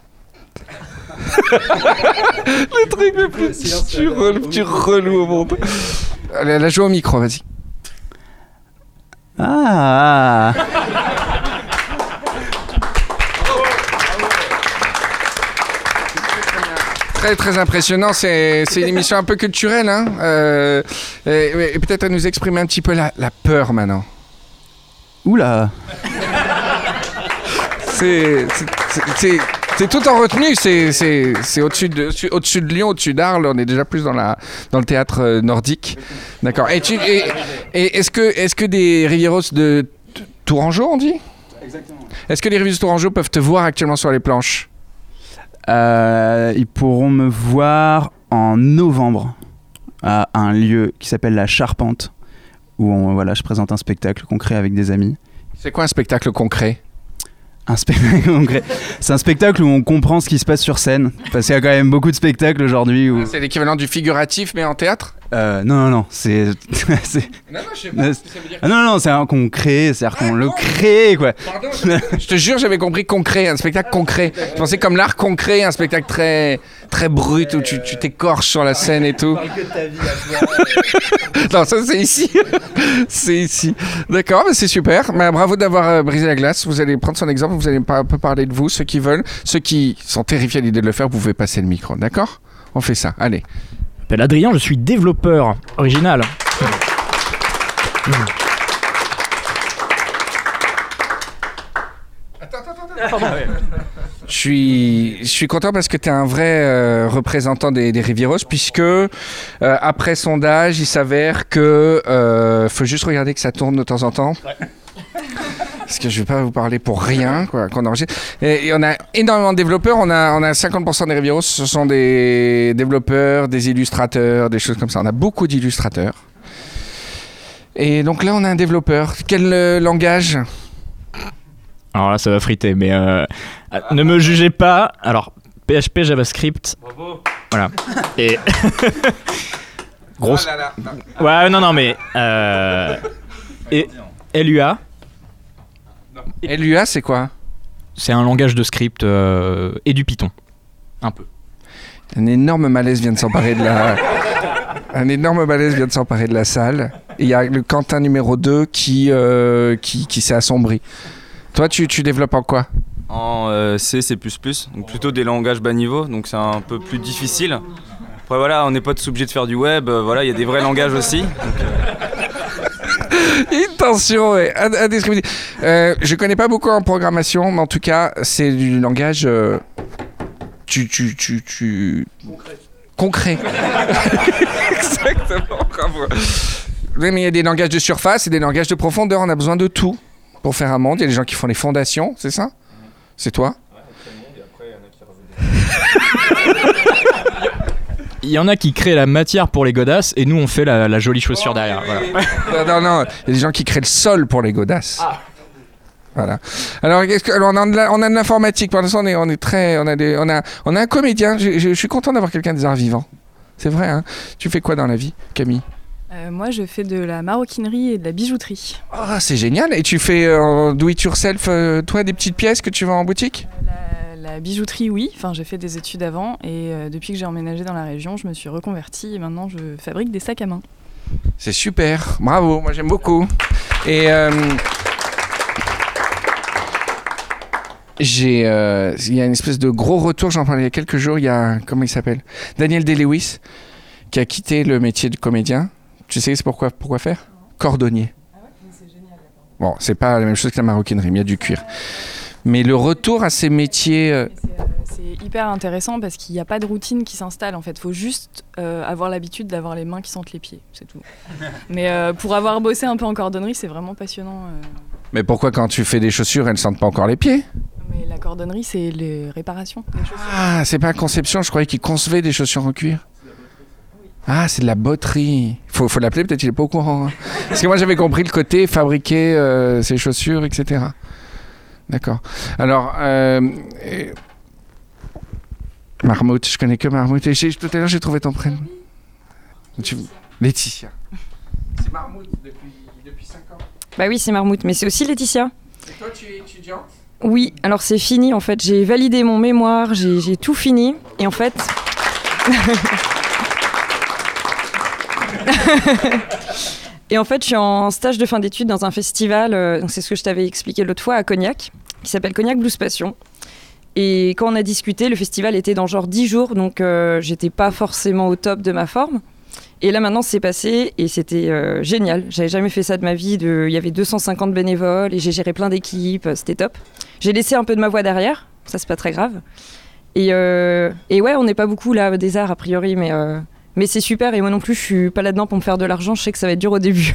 Le truc le plus tu relou, tu relou au monde. La, la joie au micro, vas-y. Ah. Très très impressionnant, c'est, c'est une émission un peu culturelle, hein. Euh, et, et peut-être à nous exprimer un petit peu la, la peur maintenant. Oula. C'est, c'est, c'est, c'est, c'est tout en retenue, c'est, c'est, c'est au-dessus de, au-dessus de Lyon, au-dessus d'Arles, on est déjà plus dans, la, dans le théâtre nordique. D'accord. Et, tu, et, et est-ce, que, est-ce que des Rivieros de Tourangeau, on dit ? Exactement. Est-ce que les Rivieros de Tourangeau peuvent te voir actuellement sur les planches ? Euh, ils pourront me voir en novembre à un lieu qui s'appelle La Charpente, où on, voilà, je présente un spectacle qu'on crée avec des amis. C'est quoi un spectacle concret ? Un spectacle concret. C'est un spectacle où on comprend ce qui se passe sur scène, parce qu'il y a quand même beaucoup de spectacles aujourd'hui où... C'est l'équivalent du figuratif mais en théâtre ? Euh, non, non, non, c'est... c'est... Non, non, je sais pas. Ça veut dire Ah, non, non, c'est un qu'on crée, c'est-à-dire qu'on ah, le crée, quoi. Pardon, je, je te jure, j'avais compris concret, un spectacle concret. Je pensais comme l'art concret, un spectacle très, très brut où tu, tu t'écorches sur la scène et tout. Que ta vie à toi. Non, ça c'est ici. C'est ici. D'accord, mais c'est super. Mais bravo d'avoir euh, brisé la glace. Vous allez prendre son exemple, vous allez un peu parler de vous, ceux qui veulent. Ceux qui sont terrifiés à l'idée de le faire, vous pouvez passer le micro, d'accord ? On fait ça, allez. Je m'appelle Adrien, je suis développeur original. Attends, attends, attends. Je suis, je suis content parce que tu es un vrai euh, représentant des, des Rivieros, puisque euh, après sondage, il s'avère que euh, faut juste regarder que ça tourne de temps en temps. Ouais. Parce que je vais pas vous parler pour rien, quoi, qu'on enregistre. Et, et on a énormément de développeurs. On a, on a cinquante pour cent des Rivieros, ce sont des développeurs, des illustrateurs, des choses comme ça. On a beaucoup d'illustrateurs. Et donc là, on a un développeur. Quel euh, langage ? Alors là, ça va friter, mais euh, ne me jugez pas. Alors, P H P, JavaScript. Bravo. Voilà. Et grosse. Oh là là. Ouais, non, non, mais euh... et L U A. L U A, c'est quoi ? C'est un langage de script euh, et du Python. Un peu. Un énorme malaise vient de s'emparer de la... Un énorme malaise vient de s'emparer de la salle. Et il y a le Quentin numéro deux qui, euh, qui, qui s'est assombri. Toi, tu, tu développes en quoi ? En euh, C, C++, donc plutôt des langages bas niveau, donc c'est un peu plus difficile. Après voilà, on n'est pas tous obligés de faire du web, euh, voilà, il y a des vrais langages aussi. Donc, euh... Une tension, ouais, indescriptible. Euh, je connais pas beaucoup en programmation, mais en tout cas, c'est du langage... Euh, tu, tu, tu, tu... Concret. Concret. Exactement, bravo. Oui, mais il y a des langages de surface et des langages de profondeur, on a besoin de tout pour faire un monde. Il y a des gens qui font les fondations, c'est ça ? C'est toi ? Il y en a qui créent la matière pour les godasses et nous on fait la, la jolie chaussure oh, derrière. Oui, voilà. oui. Non, non, il y a des gens qui créent le sol pour les godasses. Ah. Voilà. Alors, est-ce que, alors on, a de la, on a de l'informatique. Pour l'instant, on est, on est très, on a des, on a, on a un comédien. Je, je, je suis content d'avoir quelqu'un des arts vivants. C'est vrai. Hein ? Tu fais quoi dans la vie, Camille ? Euh, moi, je fais de la maroquinerie et de la bijouterie. Ah, oh, c'est génial. Et tu fais euh, do it yourself, euh, toi, des petites pièces que tu vends en boutique ? euh, la, la bijouterie, oui. Enfin, j'ai fait des études avant et euh, depuis que j'ai emménagé dans la région, je me suis reconvertie et maintenant je fabrique des sacs à main. C'est super. Bravo. Moi, j'aime beaucoup. Et euh, j'ai, euh, il y a une espèce de gros retour. J'en parlais il y a quelques jours. Il y a, comment il s'appelle ? Daniel Day-Lewis, qui a quitté le métier de comédien. Tu sais c'est pourquoi, pourquoi faire ? Cordonnier. Ah ouais, c'est génial. Bon, c'est pas la même chose que la maroquinerie, mais il y a du cuir. Mais le retour à ces métiers... euh, C'est hyper intéressant parce qu'il n'y a pas de routine qui s'installe en fait. Il faut juste euh, avoir l'habitude d'avoir les mains qui sentent les pieds, c'est tout. Mais euh, pour avoir bossé un peu en cordonnerie, c'est vraiment passionnant. Euh... Mais pourquoi quand tu fais des chaussures, elles ne sentent pas encore les pieds? Mais la cordonnerie, c'est les réparations des chaussures. Ah, c'est pas conception, je croyais qu'ils concevaient des chaussures en cuir. Ah, c'est de la botterie. Faut, faut l'appeler, peut-être il est pas au courant. Hein. Parce que moi j'avais compris le côté fabriquer euh, ses chaussures, et cetera. D'accord. Alors, euh, et... Marmotte, je connais que Marmotte. Et j'ai, tout à l'heure j'ai trouvé ton prénom. Tu... Laetitia. C'est Marmotte depuis, depuis cinq ans. Bah oui, c'est Marmoute, mais c'est aussi Laetitia. Et toi, tu es étudiante? Oui, alors c'est fini en fait. J'ai validé mon mémoire, j'ai, j'ai tout fini. Et en fait... Et en fait, je suis en stage de fin d'études dans un festival, euh, donc c'est ce que je t'avais expliqué l'autre fois, à Cognac, qui s'appelle Cognac Blues Passion. Et quand on a discuté, le festival était dans genre dix jours, donc euh, j'étais pas forcément au top de ma forme. Et là maintenant, c'est passé et c'était euh, génial. J'avais jamais fait ça de ma vie. De... Il y avait deux cent cinquante bénévoles et j'ai géré plein d'équipes, c'était top. J'ai laissé un peu de ma voix derrière, ça c'est pas très grave. Et, euh... et ouais, on n'est pas beaucoup là des arts a priori, mais... Euh... Mais c'est super et moi non plus je suis pas là-dedans pour me faire de l'argent, je sais que ça va être dur au début.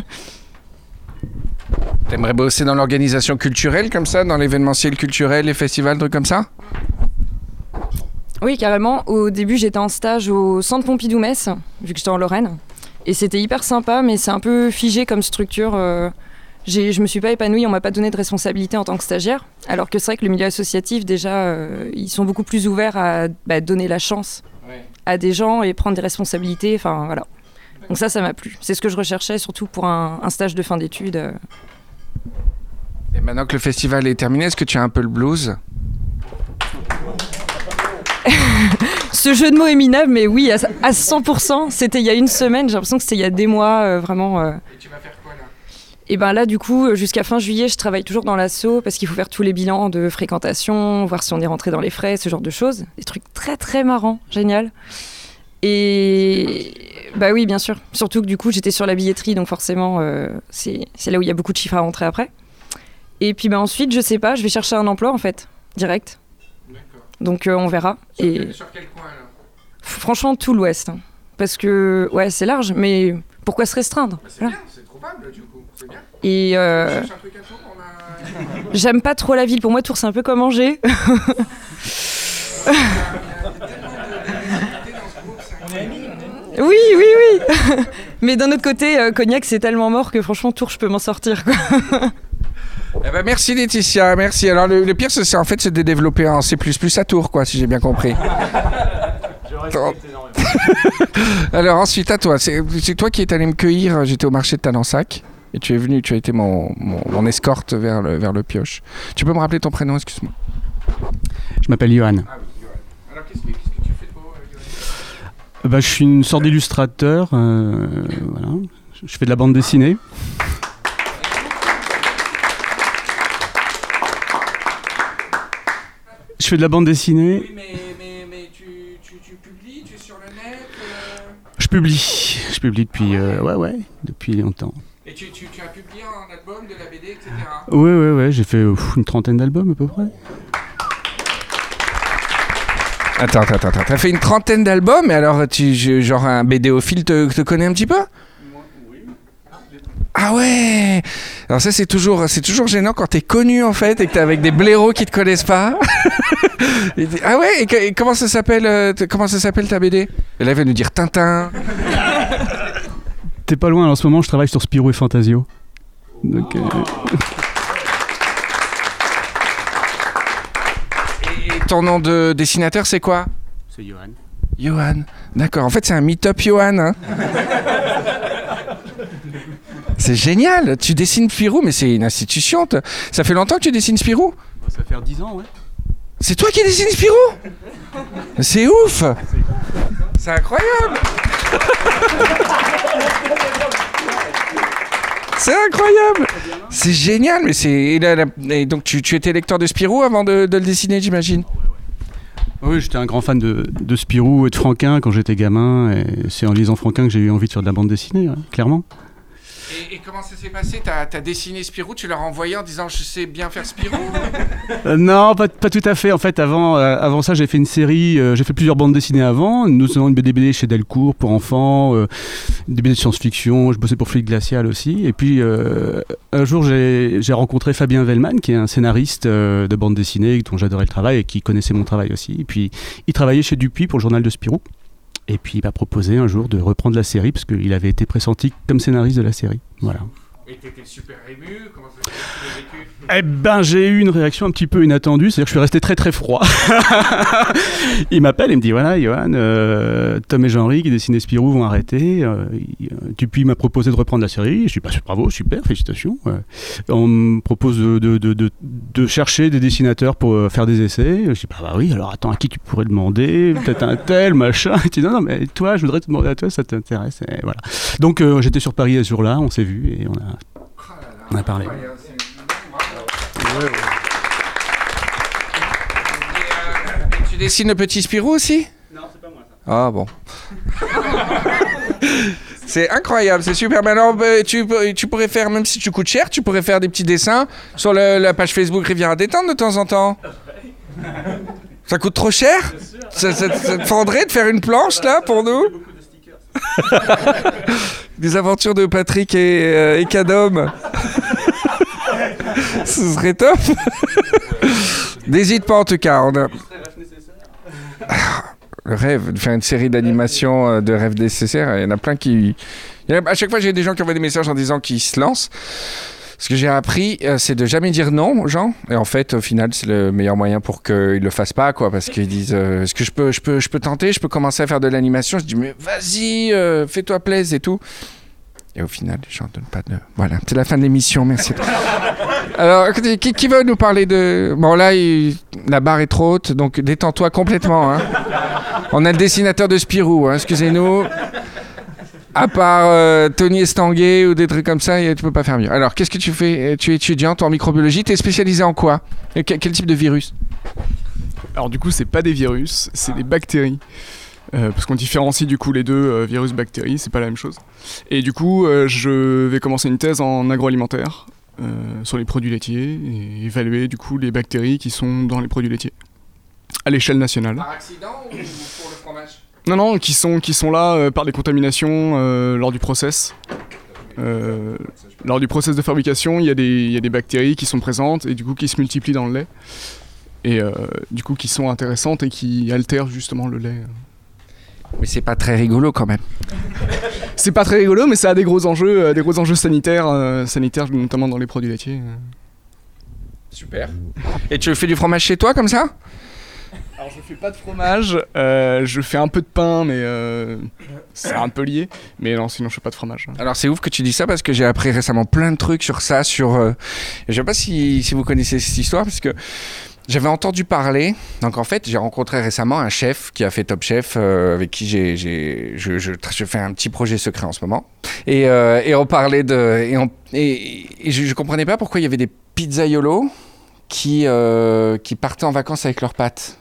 T'aimerais bosser dans l'organisation culturelle comme ça, dans l'événementiel culturel, les festivals, trucs comme ça? Oui, carrément. Au début j'étais en stage au Centre Pompidou-Metz, vu que j'étais en Lorraine. Et c'était hyper sympa, mais c'est un peu figé comme structure. Euh, j'ai, je me suis pas épanouie, on m'a pas donné de responsabilité en tant que stagiaire. Alors que c'est vrai que le milieu associatif, déjà, euh, ils sont beaucoup plus ouverts à bah, donner la chance à des gens et prendre des responsabilités, enfin voilà. Donc ça, ça m'a plu. C'est ce que je recherchais, surtout pour un, un stage de fin d'études. Et maintenant que le festival est terminé, est-ce que tu as un peu le blues? Ce jeu de mots est minable, mais oui, à, à cent pour cent. C'était il y a une semaine, j'ai l'impression que c'était il y a des mois, euh, vraiment... Euh... Et tu vas faire quoi là? Et ben là, du coup, jusqu'à fin juillet, je travaille toujours dans l'asso parce qu'il faut faire tous les bilans de fréquentation, voir si on est rentré dans les frais, ce genre de choses. Des trucs très très marrants, génial. Et bah oui, bien sûr. Surtout que du coup, j'étais sur la billetterie, donc forcément, euh, c'est, c'est là où il y a beaucoup de chiffres à rentrer après. Et puis bah, ensuite, je sais pas, je vais chercher un emploi en fait, direct. D'accord. Donc euh, on verra. Sur, Et... quel, sur quel coin là? Franchement, tout l'Ouest. Hein. Parce que, ouais, c'est large, mais pourquoi se restreindre? Bah, c'est voilà. bien, c'est trouvable du coup, c'est bien. Et euh... Tu cherches un truc à Tours, on a... J'aime pas trop la ville, pour moi Tours c'est un peu comme Angers. Oui, oui, oui. Mais d'un autre côté, euh, Cognac c'est tellement mort que franchement Tours je peux m'en sortir quoi. Eh ben, merci Laetitia, merci. Alors le, le pire c'est, c'est en fait c'est de développer un C plus plus à Tours quoi, si j'ai bien compris. Je respecte énormément. Alors ensuite à toi, c'est, c'est toi qui es allé me cueillir, j'étais au marché de Talensac. Et tu es venu, tu as été mon, mon, mon escorte vers le, vers le pioche. Tu peux me rappeler ton prénom, excuse-moi? Je m'appelle Johan. Ah oui, Johan. Alors qu'est-ce que, qu'est-ce que tu fais de beau, Johan? Bah, je suis une sorte d'illustrateur. Euh, voilà. Je fais de la bande dessinée. Je fais de la bande dessinée. Oui, mais, mais, mais tu, tu, tu publies, tu es sur le net euh... Je publie. Je publie depuis, euh, ouais, ouais, depuis longtemps. Et tu, tu, tu as publié un album, de la B D, et cetera. Ouais, ouais, ouais, j'ai fait euh, une trentaine d'albums à peu près. Attends, attends, attends, t'as fait une trentaine d'albums, mais alors, tu, genre un BDophile te, te connaît un petit peu? Ah ouais. Alors ça c'est toujours, c'est toujours gênant quand t'es connu en fait et que t'es avec des blaireaux qui te connaissent pas. Et, ah ouais, et, que, et comment ça s'appelle, euh, comment ça s'appelle ta B D? Et là il va nous dire Tintin. T'es pas loin, en ce moment je travaille sur Spirou et Fantasio. Donc, euh... Et ton nom de dessinateur c'est quoi? C'est Johan. Johan, d'accord. En fait c'est un meet-up Johan. Hein. C'est génial, tu dessines Spirou, mais c'est une institution. T- ça fait longtemps que tu dessines Spirou? Ça va faire dix ans, ouais. C'est toi qui dessines Spirou? C'est ouf. C'est incroyable. C'est incroyable. C'est génial, mais c'est... Et là, là... Et donc tu, tu étais lecteur de Spirou avant de, de le dessiner, j'imagine? Oui, j'étais un grand fan de, de Spirou et de Franquin quand j'étais gamin. Et c'est en lisant Franquin que j'ai eu envie de faire de la bande dessinée, ouais, clairement. Et, et comment ça s'est passé? T'as as dessiné Spirou, tu leur as envoyé en disant je sais bien faire Spirou? Euh, non, pas, pas tout à fait. En fait, avant, euh, avant ça, j'ai fait une série, euh, j'ai fait plusieurs bandes dessinées avant, notamment une B D B D chez Delcourt pour enfants, euh, des B D de science-fiction, je bossais pour Fluide Glacial aussi. Et puis, euh, un jour, j'ai j'ai rencontré Fabien Vellman, qui est un scénariste euh, de bande dessinée dont j'adorais le travail et qui connaissait mon travail aussi. Et puis, il travaillait chez Dupuis pour le journal de Spirou. Et puis, il m'a proposé un jour de reprendre la série, parce qu'il avait été pressenti comme scénariste de la série. Voilà. Et t'étais super ému, comment ça s'est vécu? Eh ben, j'ai eu une réaction un petit peu inattendue, c'est-à-dire que je suis resté très très froid. Il m'appelle et me dit voilà, Johan, euh, Tom et Jean-Ry qui dessinaient Spirou vont arrêter. Euh, Dupuis m'a proposé de reprendre la série. Je suis pas bravo, super, félicitations. Ouais. On me propose de, de, de, de, de chercher des dessinateurs pour euh, faire des essais. Je dis bah, bah oui, alors attends, à qui tu pourrais demander? Peut-être un tel, machin. Et tu dis non, non, mais toi, je voudrais te demander à toi, ça t'intéresse. Et voilà. Donc euh, j'étais sur Paris ce jour-là, on s'est vu et on a, on a parlé. Ouais, ouais. Et, euh, tu dessines le petit Spirou aussi? Non, c'est pas moi ça. Ah bon. C'est incroyable, c'est super. Mais alors, bah, tu, tu pourrais faire, même si tu coûtes cher, tu pourrais faire des petits dessins sur le, la page Facebook Rivière à détendre de temps en temps. Ça coûte trop cher? Ça, ça, ça te fendrait de faire une planche là pour nous? Des aventures de Patrick et, euh, et Cadom. Ce serait top. N'hésite pas en tout cas. On a... Le rêve de faire une série d'animation de rêves nécessaires. Il y en a plein qui... Il y en a... À chaque fois, j'ai des gens qui envoient des messages en disant qu'ils se lancent. Ce que j'ai appris, c'est de jamais dire non aux gens. Et en fait, au final, c'est le meilleur moyen pour qu'ils le fassent pas, quoi. Parce qu'ils disent, euh, est-ce que je peux, je peux, je peux tenter? Je peux commencer à faire de l'animation? Je dis, mais vas-y, euh, fais-toi plaisir et tout. Et au final, les gens ne donnent pas de... Voilà, c'est la fin de l'émission, merci. Alors, écoutez, qui, qui va nous parler de... Bon, là, il... la barre est trop haute, donc détends-toi complètement. Hein. On a le dessinateur de Spirou, hein, excusez-nous. À part euh, Tony Estanguet ou des trucs comme ça, tu peux pas faire mieux. Alors, qu'est-ce que tu fais? Tu es étudiante en microbiologie, tu es spécialisé en quoi? Et quel, quel type de virus? Alors du coup, c'est pas des virus, c'est ah. des bactéries. Euh, parce qu'on différencie du coup les deux, euh, virus-bactéries, c'est pas la même chose. Et du coup, euh, je vais commencer une thèse en agroalimentaire euh, sur les produits laitiers et évaluer du coup les bactéries qui sont dans les produits laitiers à l'échelle nationale. Par accident ou pour le fromage? Non, non, qui sont, qui sont là euh, par des contaminations euh, lors du process. Euh, lors du process de fabrication, il y, y a des bactéries qui sont présentes et du coup qui se multiplient dans le lait. Et euh, du coup qui sont intéressantes et qui altèrent justement le lait. Mais c'est pas très rigolo quand même. C'est pas très rigolo, mais ça a des gros enjeux, euh, des gros enjeux sanitaires, euh, sanitaires notamment dans les produits laitiers. Super. Et tu fais du fromage chez toi comme ça? Alors je fais pas de fromage, euh, je fais un peu de pain, mais euh, c'est un peu lié. Mais non, sinon je fais pas de fromage. Alors c'est ouf que tu dis ça parce que j'ai appris récemment plein de trucs sur ça, sur. Euh, je sais pas si, si vous connaissez cette histoire parce que. J'avais entendu parler, donc en fait j'ai rencontré récemment un chef qui a fait Top Chef, euh, avec qui j'ai, j'ai, je, je, je fais un petit projet secret en ce moment. Et, euh, et on parlait de... Et, on, et, et je, je comprenais pas pourquoi il y avait des pizzaiolos qui, euh, qui partaient en vacances avec leurs pâtes.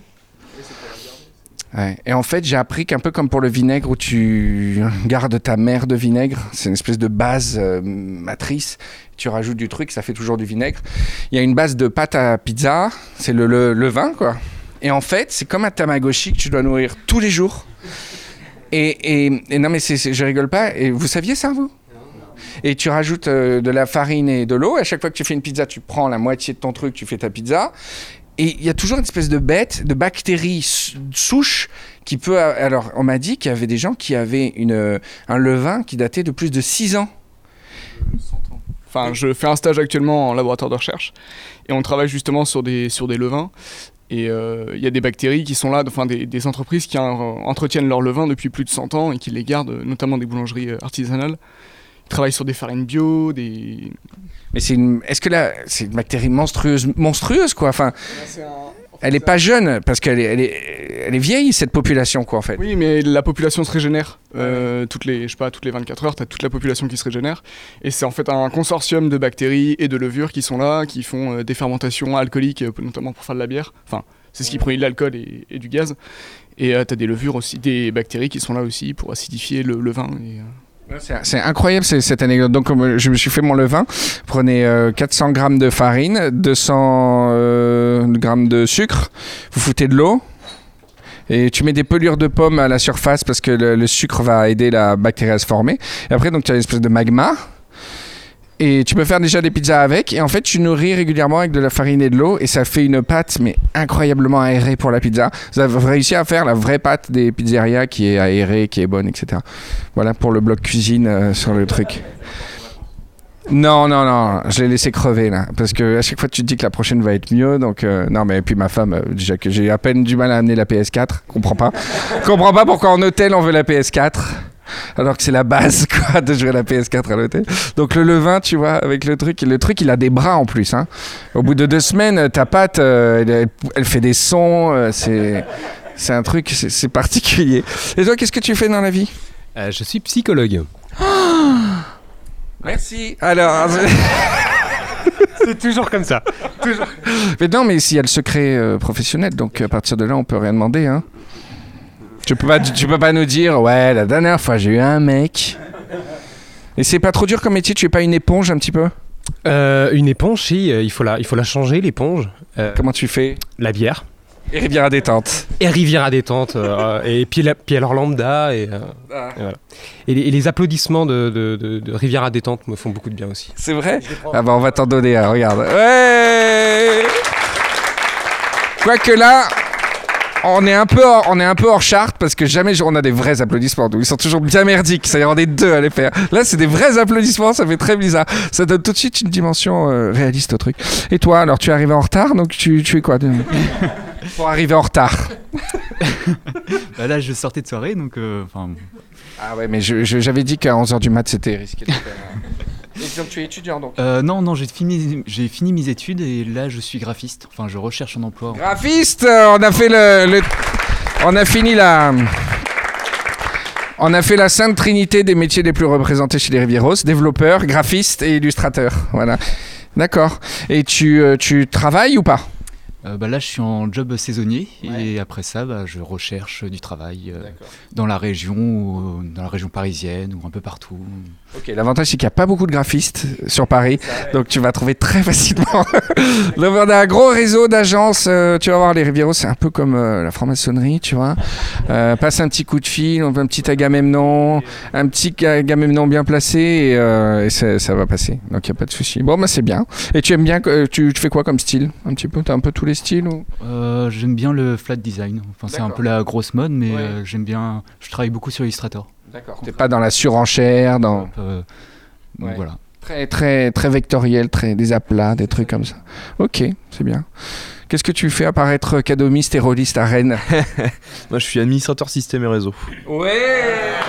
Ouais. Et en fait, j'ai appris qu'un peu comme pour le vinaigre où tu gardes ta mère de vinaigre, c'est une espèce de base euh, matrice, tu rajoutes du truc, ça fait toujours du vinaigre. Il y a une base de pâte à pizza, c'est le, le, le vin, quoi. Et en fait, c'est comme un Tamagotchi que tu dois nourrir tous les jours. Et, et, et non, mais c'est, c'est, je rigole pas. Et vous saviez ça, vous? Et tu rajoutes euh, de la farine et de l'eau. À chaque fois que tu fais une pizza, tu prends la moitié de ton truc, tu fais ta pizza. Et il y a toujours une espèce de bête, de bactérie souche qui peut... Alors, on m'a dit qu'il y avait des gens qui avaient une, un levain qui datait de plus de six ans. cent ans. Enfin, je fais un stage actuellement en laboratoire de recherche et on travaille justement sur des, sur des levains. Et il euh, y a des bactéries qui sont là, enfin des, des entreprises qui euh, entretiennent leurs levains depuis plus de cent ans et qui les gardent, notamment des boulangeries artisanales. Ils travaillent sur des farines bio, des... Mais c'est une... Est-ce que là, c'est une bactérie monstrueuse, monstrueuse quoi, enfin, c'est un... Elle n'est pas jeune, parce qu'elle est, elle est, elle est vieille, cette population, quoi, en fait. Oui, mais la population se régénère. Euh, toutes les, je sais pas, toutes les vingt-quatre heures, tu as toute la population qui se régénère. Et c'est en fait un consortium de bactéries et de levures qui sont là, qui font euh, des fermentations alcooliques, notamment pour faire de la bière. Enfin, c'est ce qui produit de l'alcool et, et du gaz. Et euh, tu as des levures aussi, des bactéries qui sont là aussi pour acidifier le, le vin. Et, euh... C'est, c'est incroyable c'est, cette anecdote. Donc, comme je me suis fait mon levain, prenez euh, quatre cents grammes de farine, deux cents euh, grammes de sucre, vous foutez de l'eau. Et tu mets des pelures de pommes à la surface parce que le, le sucre va aider la bactérie à se former. Et après, donc, tu as une espèce de magma. Et tu peux faire déjà des pizzas avec. Et en fait, tu nourris régulièrement avec de la farine et de l'eau. Et ça fait une pâte, mais incroyablement aérée pour la pizza. Vous avez réussi à faire la vraie pâte des pizzerias qui est aérée, qui est bonne, et cetera. Voilà pour le bloc cuisine euh, sur le truc. Non, non, non, je l'ai laissé crever là. Parce que à chaque fois, tu te dis que la prochaine va être mieux. Donc, euh, non, mais puis ma femme, euh, déjà que j'ai à peine du mal à amener la P S quatre. Comprends pas. Comprends pas pourquoi en hôtel on veut la P S quatre. Alors que c'est la base quoi de jouer la P S quatre à l'hôtel. Donc le levain, tu vois, avec le truc, le truc il a des bras en plus. Hein. Au bout de deux semaines, ta pâte, euh, elle, elle fait des sons. Euh, c'est, c'est un truc, c'est, c'est particulier. Et toi, qu'est-ce que tu fais dans la vie ? euh, Je suis psychologue. Oh Merci. Alors. C'est toujours comme ça. Toujours. Mais non, mais s'il y a le secret euh, professionnel, donc à partir de là, on peut rien demander. Hein. Tu peux pas, tu peux pas nous dire, ouais, la dernière fois j'ai eu un mec. Et c'est pas trop dur comme métier, tu es pas une éponge un petit peu ? euh, Une éponge, si, euh, il faut la, il faut la changer l'éponge. Euh, Comment tu fais ? La bière. Et rivière à détente. Et rivière à détente. Euh, et puis, la, puis alors lambda. Et, euh, ah. et, voilà. et, les, et les applaudissements de, de, de, de rivière à détente me font beaucoup de bien aussi. C'est vrai ? Ah bah on va t'en donner un, regarde. Ouais ! Quoique là... On est, un peu hors, on est un peu hors charte parce que jamais on a des vrais applaudissements. Donc ils sont toujours bien merdiques. Ça y en des deux à les faire. Là, c'est des vrais applaudissements. Ça fait très bizarre. Ça donne tout de suite une dimension euh, réaliste au truc. Et toi, alors tu es arrivé en retard, donc tu, tu es quoi de... Pour arriver en retard. Bah là, je sortais de soirée, donc. Euh, ah ouais, mais je, je, j'avais dit qu'à onze heures du mat, c'était risqué de faire. Et donc tu es étudiant donc euh, Non, non, j'ai fini, j'ai fini mes études et là je suis graphiste. Enfin, je recherche un emploi. Graphiste, on a fait le, le, on a fini la, on a fait la sainte trinité des métiers les plus représentés chez les Rivieros, développeur, graphiste et illustrateur. Voilà. D'accord. Et tu, tu travailles ou pas ? Euh, bah là, je suis en job saisonnier ouais. Et après ça, bah, je recherche du travail euh, dans la région, ou dans la région parisienne ou un peu partout. Ok, l'avantage c'est qu'il n'y a pas beaucoup de graphistes sur Paris, donc tu vas trouver très facilement. Donc, on a un gros réseau d'agences, euh, tu vas voir les Rivieros, c'est un peu comme euh, la franc-maçonnerie, tu vois. Euh, passe un petit coup de fil, on veut un petit agamemnon, un petit agamemnon bien placé et, euh, et ça, ça va passer, donc il n'y a pas de souci. Bon, bah c'est bien. Et tu aimes bien, euh, tu, tu fais quoi comme style ? Un petit peu, tu as un peu tous les styles ou... euh, J'aime bien le flat design, enfin, c'est un peu la grosse mode, mais ouais. euh, j'aime bien, je travaille beaucoup sur Illustrator. D'accord. T'es pas dans la surenchère, dans... Euh, donc ouais. Voilà. Très, très, très vectoriel, très, des aplats, des trucs comme ça. Ok, c'est bien. Qu'est-ce que tu fais à part être cadomiste et rôliste à Rennes ? Moi, je suis administrateur système et réseau. Ouais.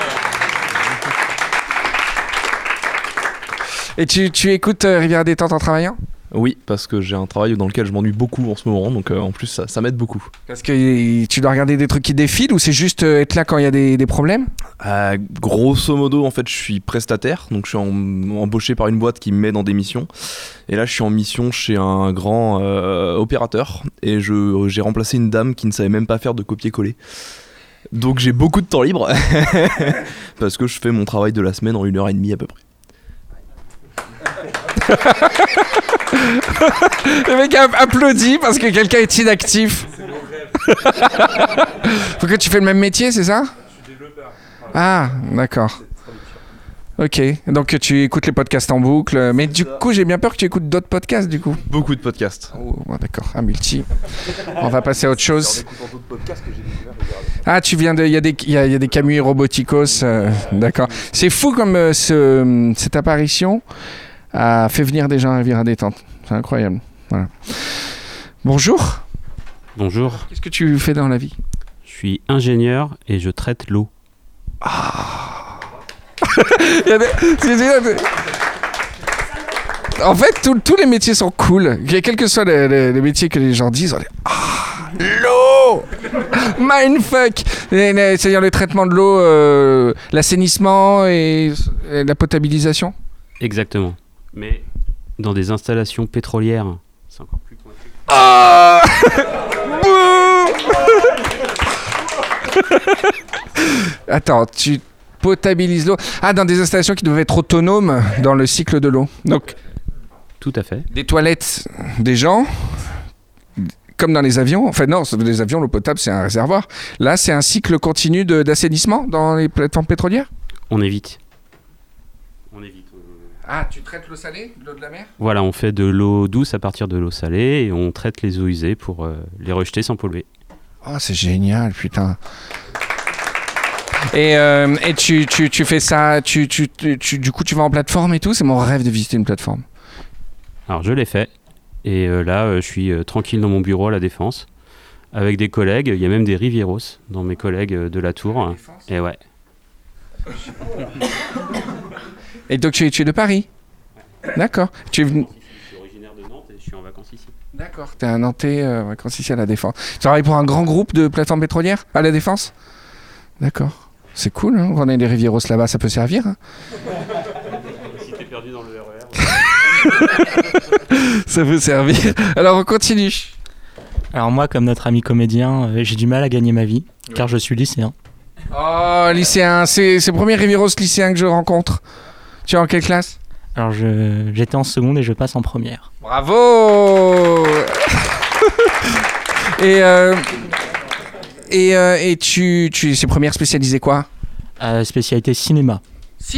Et tu, tu écoutes euh, Rivière Détente en travaillant ? Oui, parce que j'ai un travail dans lequel je m'ennuie beaucoup en ce moment, donc euh, en plus ça, ça m'aide beaucoup. Parce que tu dois regarder des trucs qui défilent ou c'est juste euh, être là quand il y a des, des problèmes ? euh, Grosso modo, en fait, je suis prestataire, donc je suis en, embauché par une boîte qui me met dans des missions. Et là, je suis en mission chez un grand euh, opérateur et je, j'ai remplacé une dame qui ne savait même pas faire de copier-coller. Donc j'ai beaucoup de temps libre parce que je fais mon travail de la semaine en une heure et demie à peu près. Le mec applaudit parce que quelqu'un est inactif. Faut que tu fais le même métier, c'est ça ? Je suis développeur. Ah, d'accord. Ok, donc tu écoutes les podcasts en boucle, mais du coup j'ai bien peur que tu écoutes d'autres podcasts du coup. Beaucoup de podcasts. Oh, d'accord, un multi. On va passer à autre chose. Ah, tu viens de, il y a des, il y a, il y a des Camus et Roboticos, euh, d'accord. C'est fou comme euh, ce, cette apparition a fait venir des gens à Rivière à Détente. C'est incroyable. Voilà. Bonjour. Bonjour. Qu'est-ce que tu fais dans la vie ? Je suis ingénieur et je traite l'eau. Ah. Il y a des... En fait, tous les métiers sont cool. Quels que soient les, les, les métiers que les gens disent, on est... Ah, l'eau, mindfuck. C'est-à-dire le traitement de l'eau, euh, l'assainissement et, et la potabilisation. Exactement. Mais dans des installations pétrolières, c'est encore plus pointu. Ah. Attends, tu... potabilisent l'eau. Ah, dans des installations qui doivent être autonomes dans le cycle de l'eau. Donc, tout à fait. Des toilettes des gens, comme dans les avions. Enfin non, les avions, l'eau potable, c'est un réservoir. Là, c'est un cycle continu de, d'assainissement dans les plateformes pétrolières. On évite. On évite. Ah, tu traites l'eau salée, l'eau de la mer ? Voilà, on fait de l'eau douce à partir de l'eau salée et on traite les eaux usées pour euh, les rejeter sans polluer. Oh, c'est génial, putain. Et, euh, et tu, tu, tu fais ça, tu, tu, tu, tu, du coup, tu vas en plateforme et tout. C'est mon rêve de visiter une plateforme. Alors, je l'ai fait. Et euh, là, euh, je suis euh, tranquille dans mon bureau à La Défense avec des collègues. Il y a même des Rivieros dans mes collègues euh, de la Tour. Et ouais. Et donc tu es, tu es de Paris ? D'accord. Tu es venu... Je suis originaire de Nantes et je suis en vacances ici. D'accord. Tu es un Nantais euh, en vacances ici à La Défense. Tu travailles pour un grand groupe de plateformes pétrolières à La Défense ? D'accord. C'est cool, hein ? On a des Rivieros là-bas, ça peut servir. Hein ? Si t'es perdu dans le R E R. Ça peut servir. Alors on continue. Alors moi, comme notre ami comédien, euh, j'ai du mal à gagner ma vie, oui. car je suis lycéen. Oh, lycéen, c'est, c'est le premier Rivieros lycéen que je rencontre. Tu es en quelle classe ? Alors je, j'étais en seconde et je passe en première. Bravo. Et, euh, et, euh, et tu, tu es première spécialisée quoi ? euh, Spécialité cinéma. Cinéma ?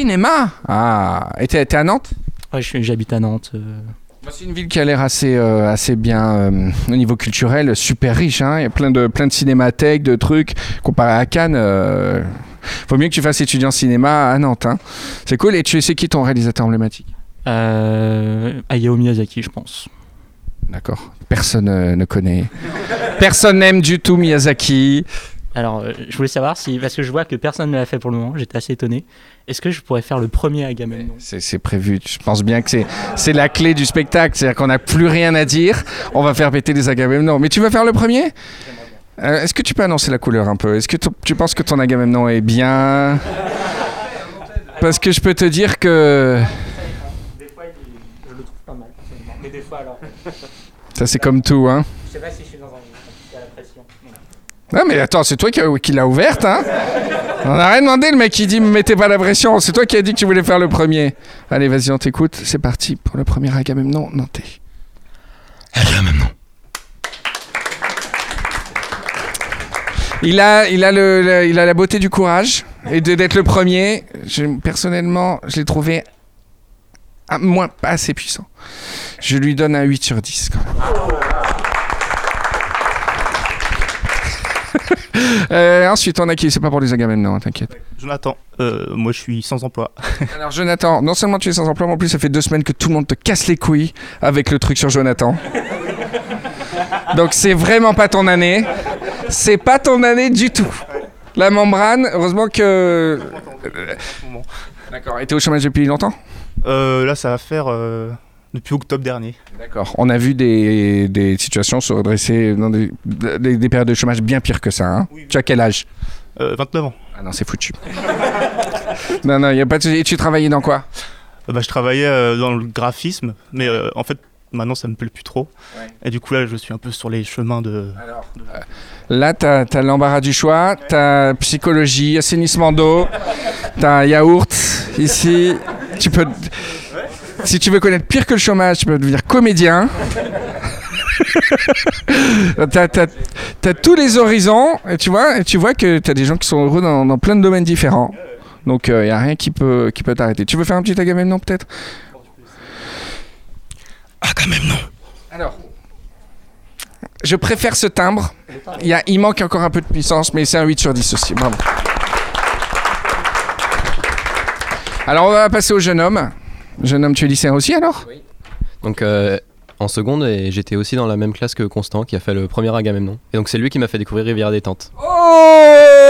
Ah, et t'es, t'es à Nantes ? Ouais, je suis, j'habite à Nantes. Euh... C'est une ville qui a l'air assez, euh, assez bien euh, au niveau culturel, super riche. Hein. Il y a plein de, plein de cinémathèques, de trucs. Comparé à Cannes, euh, faut mieux que tu fasses étudiant cinéma à Nantes. Hein. C'est cool. Et tu sais qui est ton réalisateur emblématique ? euh, Hayao Miyazaki, je pense. D'accord. Personne euh, ne connaît. Personne n'aime du tout Miyazaki. Alors, euh, je voulais savoir si, parce que je vois que personne ne l'a fait pour le moment, j'étais assez étonné. Est-ce que je pourrais faire le premier Agamemnon ? C'est, c'est prévu. Je pense bien que c'est, c'est la clé du spectacle. C'est-à-dire qu'on n'a plus rien à dire. On va faire péter les Agamemnon. Mais tu veux faire le premier ? euh, Est-ce que tu peux annoncer la couleur un peu ? Est-ce que t- tu penses que ton Agamemnon est bien ? Parce que je peux te dire que... Des fois, je le trouve pas mal. Mais des fois, alors... Ça, c'est comme tout, hein ? Je sais pas si je suis dans un... la pression. Non mais attends, c'est toi qui, a, qui l'a ouverte, hein. On n'a rien demandé, le mec qui dit « me mettez pas la pression », c'est toi qui as dit que tu voulais faire le premier. Allez, vas-y, on t'écoute, c'est parti pour le premier Agamemnon nantais. Agamemnon. Il a, il, a le, le, il a la beauté du courage et de, d'être le premier. Je, personnellement, je l'ai trouvé à, moins, pas assez puissant. Je lui donne un huit sur dix quand même. euh, ensuite, on a qui ? C'est pas pour les Agamemnon, hein, t'inquiète. Jonathan, euh, moi je suis sans emploi. Alors Jonathan, non seulement tu es sans emploi, mais en plus ça fait deux semaines que tout le monde te casse les couilles avec le truc sur Jonathan. Donc c'est vraiment pas ton année. C'est pas ton année du tout. La membrane, heureusement que... D'accord, et t'es au chômage depuis longtemps ? euh, Là ça va faire... Euh... Depuis octobre dernier. D'accord. On a vu des, des situations se redresser dans des, des, des périodes de chômage bien pires que ça. Hein. Oui. Tu as quel âge ? euh, vingt-neuf ans. Ah non, c'est foutu. non, non, il n'y a pas de souci. Et tu travaillais dans quoi ? euh, bah, Je travaillais euh, dans le graphisme, mais euh, en fait, maintenant, ça me plaît plus trop. Ouais. Et du coup, là, je suis un peu sur les chemins de... Alors, euh, là, tu as l'embarras du choix, tu as psychologie, assainissement d'eau, tu as yaourt ici. Tu peux... Si tu veux connaître pire que le chômage, tu peux devenir comédien. t'as, t'as, t'as tous les horizons, et tu vois, et tu vois que t'as des gens qui sont heureux dans, dans plein de domaines différents. Donc il euh, n'y a rien qui peut, qui peut t'arrêter. Tu veux faire un petit Agamemnon peut-être ? Agamemnon. Alors, je préfère ce timbre. Il, y a, il manque encore un peu de puissance, mais c'est un huit sur dix aussi. Bravo. Alors on va passer au jeune homme. Jeune homme, tu es lycéen aussi alors ? Oui. Donc euh, en seconde, et j'étais aussi dans la même classe que Constant qui a fait le premier Agamemnon. Et donc c'est lui qui m'a fait découvrir Rivière Détente. Oh !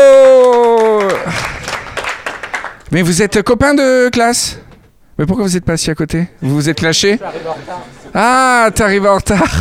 Mais vous êtes copains de classe ? Mais pourquoi vous n'êtes pas assis à côté ? Vous vous êtes clashés ? Ah, t'arrives en retard.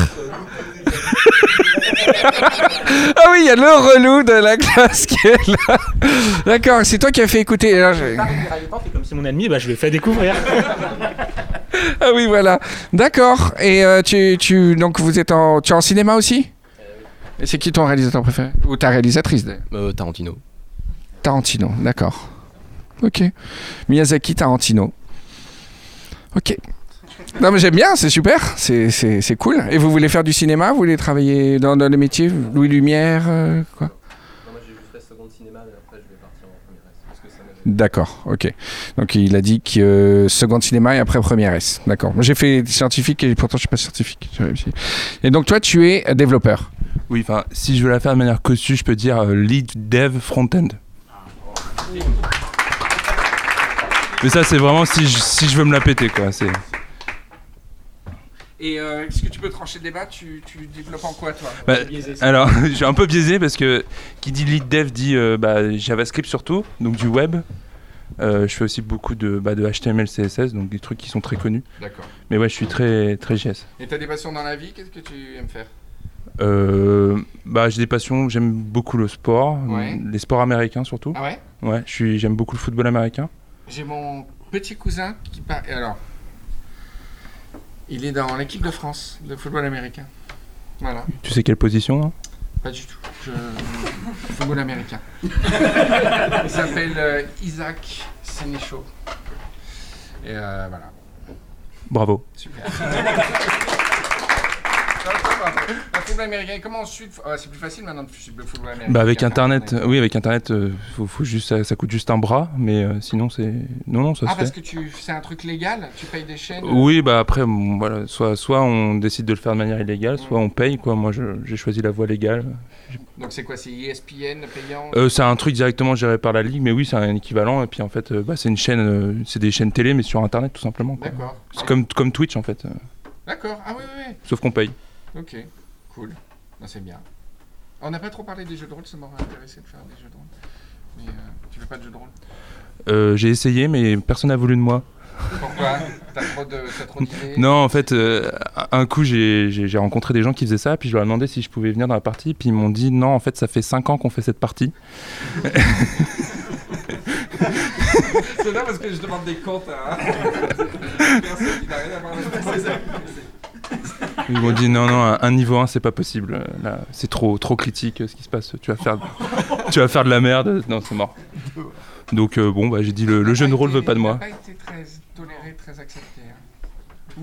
Ah oui, il y a le relou de la classe qui est là. D'accord, c'est toi qui as fait écouter. Alors, je... Comme c'est mon ennemi, bah, je lui ai fait découvrir. Ah oui, voilà. D'accord. Et euh, tu, tu, donc vous êtes en, tu es en cinéma aussi ? Et c'est qui ton réalisateur préféré ? Ou ta réalisatrice d'ailleurs ? euh, Tarantino. Tarantino, d'accord. ok. Miyazaki, Tarantino. Ok. Non mais j'aime bien, c'est super, c'est, c'est, c'est cool. Et vous voulez faire du cinéma? Vous voulez travailler dans, dans le métier Louis Lumière euh, quoi? Non, moi j'ai juste fait seconde cinéma, mais après je vais partir en première S. Parce que ça m'avait- D'accord, ok. Donc il a dit que euh, seconde cinéma et après première S. D'accord. Moi j'ai fait scientifique et pourtant je suis pas scientifique. Et donc toi tu es développeur? Oui, enfin, si je veux la faire de manière cossue, je peux dire euh, lead dev front-end. Mais ça, c'est vraiment si je, si je veux me la péter, quoi. C'est... Et euh, est-ce que tu peux trancher le débat? tu, tu développes en quoi toi? Bah, alors, je suis un peu biaisé parce que qui dit lead dev dit euh, bah, JavaScript surtout, donc du web. Euh, je fais aussi beaucoup de, bah, de H T M L, C S S, donc des trucs qui sont très connus. D'accord. Mais ouais, je suis très, très J S. Et t'as des passions dans la vie? Qu'est-ce que tu aimes faire? Euh, bah, j'ai des passions, j'aime beaucoup le sport, Ouais. les sports américains surtout. Ah ouais? Ouais, je suis, j'aime beaucoup le football américain. J'ai mon petit cousin qui part. Et alors, il est dans l'équipe de France de football américain. Voilà. Tu sais quelle position là? Pas du tout. Je... football américain. Il s'appelle euh, Isaac Sénéchaud. Et euh, voilà. Bravo. Super. Le football américain, comment ensuite oh, c'est plus facile maintenant de suivre le football américain. Bah avec internet, euh, oui avec internet, euh, faut, faut juste, ça, ça coûte juste un bras, mais euh, sinon c'est, non non ça Ah se parce fait. que tu, c'est un truc légal, tu payes des chaînes. Oui bah après bon, voilà, soit soit on décide de le faire de manière illégale, soit on paye quoi. Moi je, j'ai choisi la voie légale. Donc c'est quoi, c'est E S P N payant? Euh, c'est un truc directement géré par la ligue, mais oui c'est un équivalent et puis en fait euh, bah, c'est une chaîne, euh, c'est des chaînes télé mais sur internet tout simplement. Quoi. D'accord. C'est comme comme Twitch en fait. euh, D'accord. Ah oui oui. oui. Sauf qu'on paye. Ok. Cool. Ben, c'est bien. On n'a pas trop parlé des jeux de rôle, ça m'aurait intéressé de faire des jeux de rôle. Mais euh, tu fais pas de jeux de rôle? Euh, j'ai essayé mais personne n'a voulu de moi. Pourquoi? T'as trop de, t'as trop d'idées? Non, en fait, euh, un coup, j'ai, j'ai, j'ai rencontré des gens qui faisaient ça, puis je leur ai demandé si je pouvais venir dans la partie, puis ils m'ont dit non, en fait, ça fait cinq ans qu'on fait cette partie. C'est là parce que je demande des comptes à personne qui n'a rien à voir avec ça. Ils m'ont dit non, non, un, un niveau un, c'est pas possible. Là, c'est trop, trop critique ce qui se passe. Tu vas faire, tu vas faire de la merde. Non, c'est mort. Donc, euh, bon, bah, j'ai dit le, le jeu de rôle veut pas de moi. Il n'a pas été très toléré, très accepté. Hein.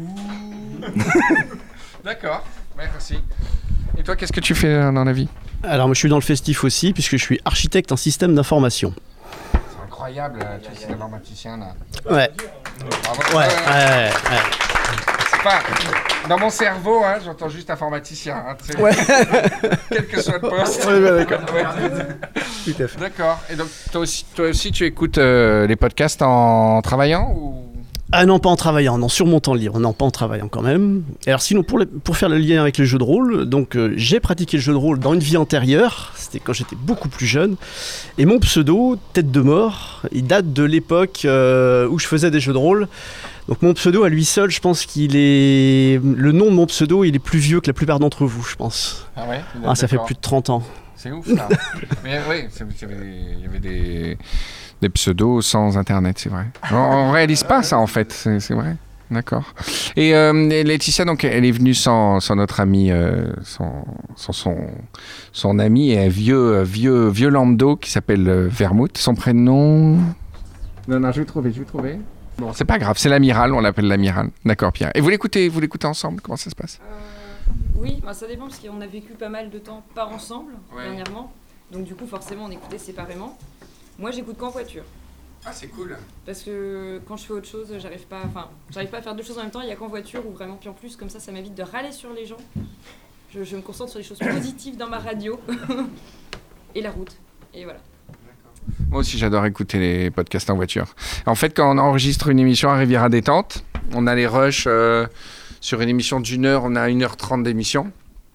D'accord, merci. Et toi, qu'est-ce que tu fais dans la vie? Alors, moi, je suis dans le festif aussi, puisque je suis architecte en système d'information. C'est incroyable, tu es informaticien là. Ouais. Bravo. Ouais, ouais, ouais. C'est pas... Dans mon cerveau, hein, j'entends juste informaticien. Hein, tu sais. Ouais. Quel que soit le poste. On est bien d'accord. Ouais. Tout à fait. D'accord. Et donc, toi aussi, toi aussi tu écoutes euh, les podcasts en travaillant ou... Ah non, pas en travaillant, non, sur mon temps libre, non, pas en travaillant quand même. Et alors sinon, pour, les, pour faire le lien avec les jeux de rôle, donc euh, j'ai pratiqué le jeu de rôle dans une vie antérieure, c'était quand j'étais beaucoup plus jeune, et mon pseudo, Tête de Mort, il date de l'époque euh, où je faisais des jeux de rôle. Donc mon pseudo à lui seul, je pense qu'il est... Le nom de mon pseudo, il est plus vieux que la plupart d'entre vous, je pense. Ah ouais? Ah, ça fait plus de trente ans. C'est ouf, ça. Mais oui, il y avait, il y avait des... des pseudos sans internet, c'est vrai. On, on réalise pas ça en fait, c'est, c'est vrai. D'accord. Et, euh, et Laetitia, donc, elle est venue sans, sans notre ami, euh, sans, sans son, son ami et un vieux, vieux, vieux lambdo qui s'appelle euh, Vermouth. Son prénom. Non, non, je vais trouver, je vais trouver. Bon, c'est pas grave, c'est l'amiral, on l'appelle l'amiral. D'accord, Pierre. Et vous l'écoutez, vous l'écoutez ensemble? Comment ça se passe? euh, Oui, bah, ça dépend parce qu'on a vécu pas mal de temps pas ensemble ouais. dernièrement. Donc du coup, forcément, on écoutait séparément. Moi, j'écoute qu'en voiture. Ah, c'est cool. Parce que quand je fais autre chose, j'arrive pas, enfin, j'arrive pas à faire deux choses en même temps. Il y a qu'en voiture ou vraiment. Puis en plus, comme ça, ça m'évite de râler sur les gens. Je, je me concentre sur les choses positives dans ma radio et la route. Et voilà. Moi aussi, j'adore écouter les podcasts en voiture. En fait, quand on enregistre une émission à Riviera Détente, on a les rushs euh, sur une émission d'une heure, on a une heure trente d'émission.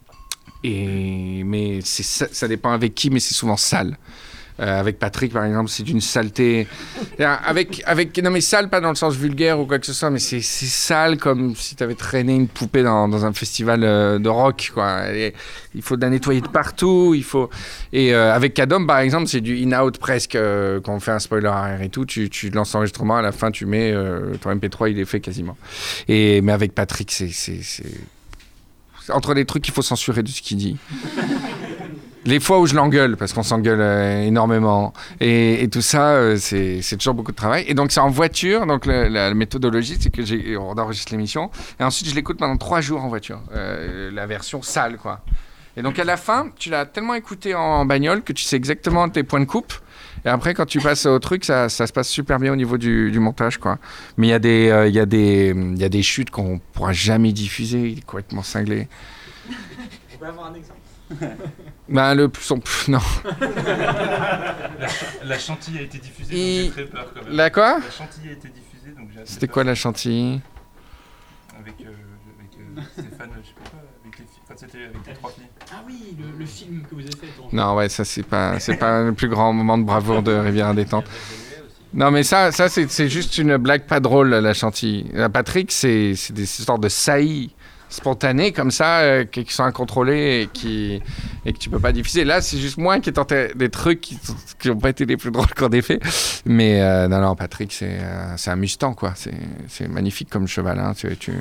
Et mais c'est ça, ça dépend avec qui, mais c'est souvent sale. Euh, avec Patrick, par exemple, c'est d'une saleté. Avec, avec, non, mais sale, pas dans le sens vulgaire ou quoi que ce soit, mais c'est, c'est sale comme si tu avais traîné une poupée dans, dans un festival euh, de rock, quoi. Et il faut la nettoyer de partout. Il faut... Et euh, avec Kadom, par exemple, c'est du in-out presque. Euh, quand on fait un spoiler arrière et tout, tu, tu lances l'enregistrement, à la fin, tu mets euh, ton M P trois, il est fait quasiment. Et, mais avec Patrick, c'est, c'est, c'est... c'est entre les trucs qu'il faut censurer de ce qu'il dit. Les fois où je l'engueule, parce qu'on s'engueule euh, énormément, et, et tout ça, euh, c'est, c'est toujours beaucoup de travail. Et donc c'est en voiture, donc le, la, la méthodologie, c'est que j'ai, on enregistre l'émission, et ensuite je l'écoute pendant trois jours en voiture, euh, la version sale, quoi. Et donc à la fin, tu l'as tellement écouté en, en bagnole que tu sais exactement tes points de coupe. Et après, quand tu passes au truc, ça, ça se passe super bien au niveau du, du montage, quoi. Mais il y a des, euh, il y a des, il y a des chutes qu'on pourra jamais diffuser. Il est complètement cinglé. On peut avoir un exemple. Ben, le son, non. La, ch- la chantilly a été diffusée, Et... donc j'ai très peur quand même. La quoi? La chantilly a été diffusée, donc j'ai assez C'était peur. quoi la chantilly? Avec, euh, avec euh, Stéphane, je sais pas quoi, avec les filles, quand c'était avec les trois filles. Ah oui, le, le film que vous avez fait. Ton... Non, ouais, ça c'est pas, c'est pas le plus grand moment de bravoure de Rivière à détente. Non, mais ça, ça c'est, c'est juste une blague pas drôle, la chantilly. La Patrick, c'est, c'est des sortes de saillies spontanées comme ça, euh, qui, qui sont incontrôlées et, qui, et que tu peux pas diffuser. Là, c'est juste moi qui ai tenté des trucs qui n'ont pas été les plus drôles qu'on ait fait. Mais euh, non, non, Patrick, c'est, euh, c'est un Mustang, quoi. C'est, c'est magnifique comme cheval. Hein. Tu, tu,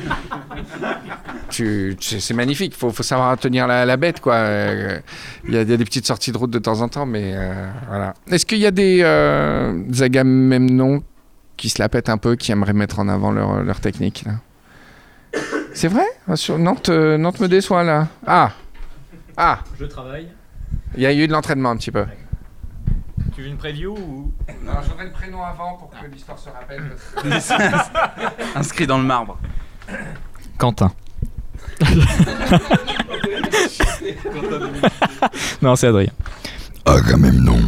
tu, tu, c'est magnifique. Il faut, faut savoir tenir la, la bête, quoi. Il euh, y, y a des petites sorties de route de temps en temps, mais euh, voilà. Est-ce qu'il y a des, euh, des Agamemnon qui se la pètent un peu, qui aimeraient mettre en avant leur, leur technique, là? C'est vrai? Sur Nantes, euh, Nantes me déçoit, là. Ah! Ah! Je travaille. Il y a eu de l'entraînement un petit peu. Tu veux une preview ou... Non, j'aurais le prénom avant pour que l'histoire se rappelle. Inscrit dans le marbre. Quentin. Non, c'est Adrien. Agamemnon.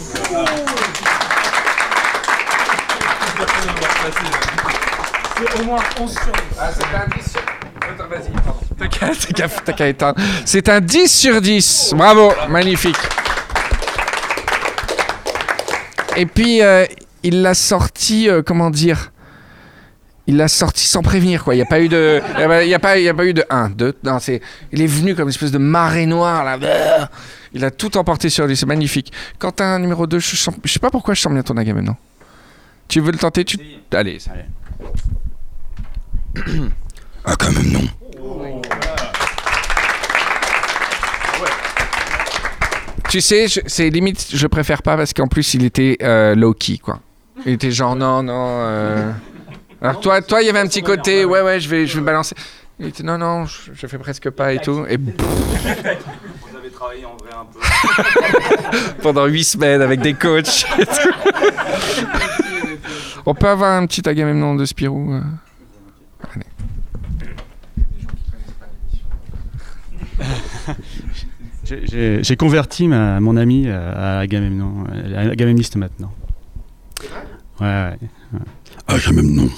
C'est au moins onze sur dix. Ah, c'est un dix sur... Attends, vas-y, pardon. T'as qu'à, t'as qu'à, t'as qu'à éteindre. C'est un dix sur dix. Bravo, magnifique. Et puis, euh, il l'a sorti, euh, comment dire... Il l'a sorti sans prévenir, quoi. Il n'y a pas eu de... Il n'y a, pas, il y a pas eu de un, deux... Non, c'est... Il est venu comme une espèce de marée noire, là. Il a tout emporté sur lui, c'est magnifique. Quentin, numéro deux, je sens... Je sais pas pourquoi je sens bien ton Agamemnon. Tu veux le tenter? Tu... Allez, ça. Agamemnon. Tu sais, je, c'est limite, je préfère pas parce qu'en plus il était euh, low-key, quoi. Il était genre non, non. Euh... Alors toi, toi, il y avait un petit côté, ouais, ouais, je vais, je vais balancer. Il était non, non, je, je fais presque pas et tout. Et Vous avez travaillé en vrai un peu. pendant huit semaines avec des coachs. Et tout. On peut avoir un petit Agamemnon de Spirou. Euh... Allez. J'ai, j'ai, j'ai converti ma, mon ami à Agamemnon, à Agamemniste maintenant. Ouais, ouais. ouais. Agamemnon.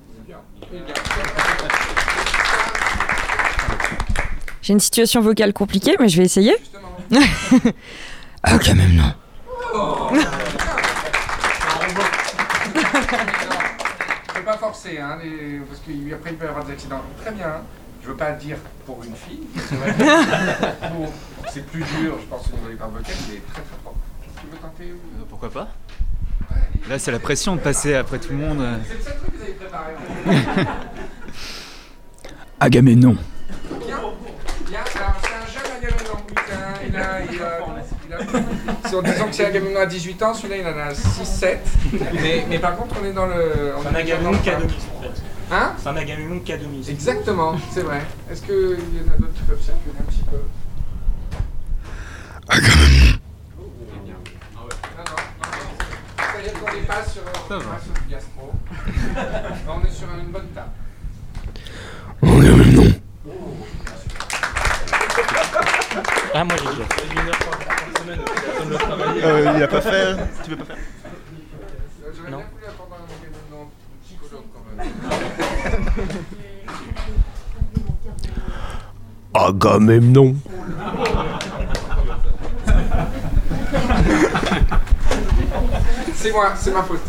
J'ai une situation vocale compliquée, mais je vais essayer. Agamemnon. Je veux pas forcer, hein, les... parce qu'après il peut y avoir des accidents. Très bien. Je veux pas dire pour une fille. C'est vrai que pour... c'est plus dur, je pense, au niveau des cordes vocales, il est très très fort. Tu veux tenter ou... euh, Pourquoi pas? Là, c'est la pression de passer après tout le monde. C'est le seul truc que vous avez préparé. Agamemnon. Bien, bien. Alors, c'est un jeune Agamemnon. Il a, il a, il a... Si en disant que c'est Agamemnon à dix-huit ans, celui-là il en a six sept. Mais, mais par contre, on est dans le. C'est un Agamemnon cadomiste en fait. Hein? C'est un Agamemnon cadomiste. Exactement, c'est vrai. Est-ce qu'il y en a d'autres qui peuvent circuler un petit peu? Agamemnon. C'est-à-dire qu'on n'est pas sur, on est pas sur du gastro. On est sur une bonne table. Agamemnon. Ah, moi j'ai déjà fait une heure par semaine. Euh, il a pas fait. Tu veux pas faire? J'aurais bien voulu attendre un Agamemnon psychologue quand même. Agamemnon. C'est moi, c'est ma faute.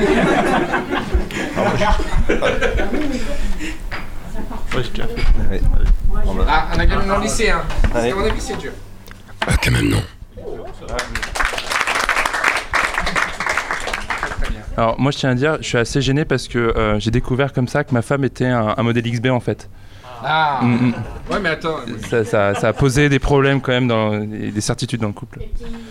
Ouais, je t'ai fait. Ouais. Ah, un Agamemnon lycéen. Ouais. À mon avis, c'est dur. Agamemnon. Alors moi je tiens à dire, je suis assez gêné parce que euh, j'ai découvert comme ça que ma femme était un, un modèle X B en fait. Ah Mm, mm. Ouais, mais attends. Ça, ça, ça a posé des problèmes quand même, dans, des, des certitudes dans le couple.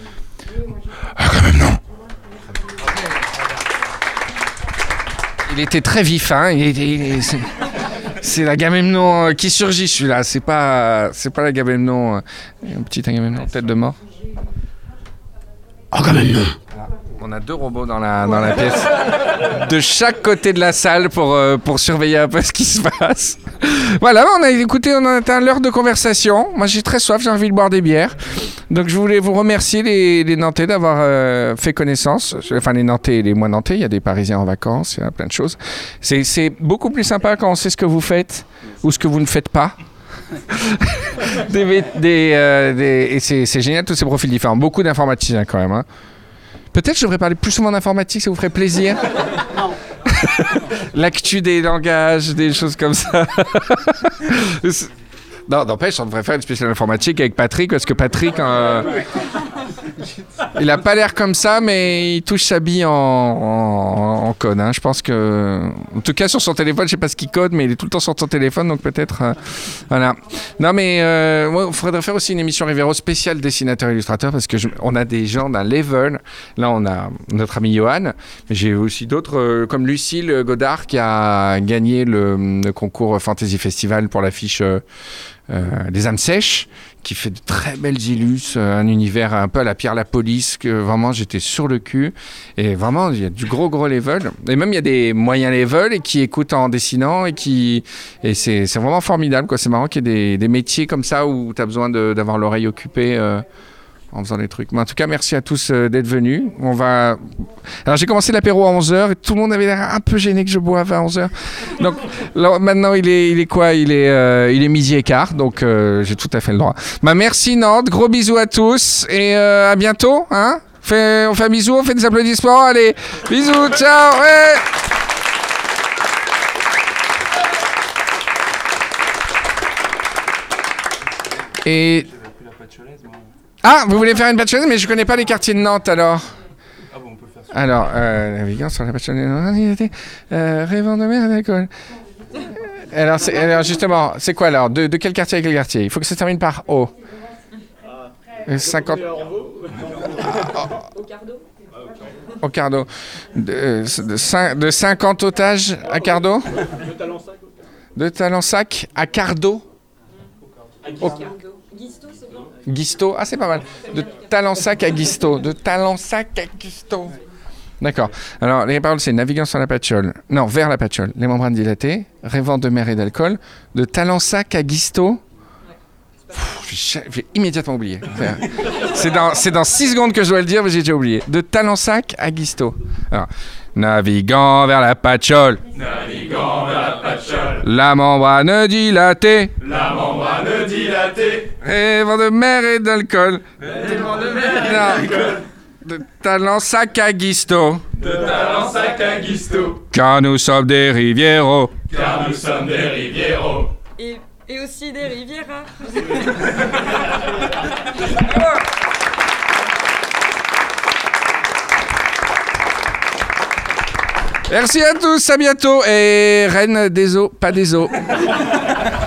Il était très vif, hein. Il était- il est- c'est, c'est l'Agamemnon euh, qui surgit, celui-là. C'est pas, c'est pas l'Agamemnon. euh, Un petit Agamemnon, tête de mort. Agamemnon. On a deux robots dans la, dans la pièce, de chaque côté de la salle pour, euh, pour surveiller un peu ce qui se passe. Voilà, on a écouté, on a atteint l'heure de conversation. Moi, j'ai très soif, j'ai envie de boire des bières. Donc, je voulais vous remercier, les, les Nantais, d'avoir euh, fait connaissance. Enfin, les Nantais et les moins Nantais, il y a des Parisiens en vacances, il y a plein de choses. C'est, c'est beaucoup plus sympa quand on sait ce que vous faites ou ce que vous ne faites pas. des, des, euh, des- et c'est, c'est génial, tous ces profils différents. Beaucoup d'informaticiens quand même, hein. Peut-être je devrais parler plus souvent d'informatique, ça vous ferait plaisir. L'actu des langages, des choses comme ça. Non, n'empêche, on devrait faire une spéciale informatique avec Patrick, parce que Patrick, euh, il a pas l'air comme ça, mais il touche sa bille en, en, en code. Hein. Je pense que, en tout cas sur son téléphone, je sais pas ce qu'il code, mais il est tout le temps sur son téléphone, donc peut-être, euh, voilà. Non, mais euh, ouais, il faudrait faire aussi une émission Rivero spéciale dessinateur-illustrateur, parce que je- on a des gens d'un level. Là, on a notre ami Johan, mais j'ai aussi d'autres, euh, comme Lucille Godard, qui a gagné le, le concours Fantasy Festival pour l'affiche euh, euh, des âmes sèches, qui fait de très belles illus, euh, un univers un peu à la Pierre la Police, que vraiment j'étais sur le cul. Et vraiment, il y a du gros gros level. Et même il y a des moyens level et qui écoutent en dessinant et qui et c'est, c'est vraiment formidable, quoi. C'est marrant qu'il y ait des, des métiers comme ça où tu as besoin de, d'avoir l'oreille occupée. Euh, en faisant des trucs. Mais en tout cas, merci à tous euh, d'être venus. On va... Alors, j'ai commencé l'apéro à onze heures et tout le monde avait l'air un peu gêné que je boive à onze heures. Donc, là, maintenant, il est, il est quoi il est, euh, il est midi et quart, donc euh, j'ai tout à fait le droit. Bah, merci Nantes, gros bisous à tous et euh, à bientôt. Hein fait, on fait un bisou, on fait des applaudissements. Allez, bisous, ciao, ouais. Et... Ah, vous voulez faire une patcholaise, mais je connais pas les quartiers de Nantes alors. Ah bon, on peut le faire sur... Alors, euh, naviguant sur la patcholaise, euh, rêvant de mer à l'école. Alors, c'est, alors justement, c'est quoi alors de, de quel quartier à quel quartier? Il faut que ça se termine par O. Euh, cinquante... Au Cardo. De, euh, de, cin- de cinquante otages à Cardo. De Talensac à Cardo. Au- Guisto, ah c'est pas mal. De Talensac à Guisto. De Talensac à Guisto. D'accord. Alors, les paroles, c'est naviguant sur la patchole. Non, vers la patchole. Les membranes dilatées. Rêvant de mer et d'alcool. De Talensac à Guisto. Pff, je vais- je vais immédiatement oublier. C'est dans, c'est dans six secondes que je dois le dire, mais j'ai déjà oublié. De Talensac à Guisto. Alors, naviguant vers la patchole. Naviguant vers la patchole, La membrane dilatée. la membrane dilatée, Rêvant de mer et d'alcool. rêvant de mer et Non. d'alcool, De Talensac à Guisto. de Talensac à Guisto, Car nous sommes des rivieros. car nous sommes des rivieros. Et, et aussi des Riviera. Merci à tous, à bientôt. Et Rennes, des os, pas des os.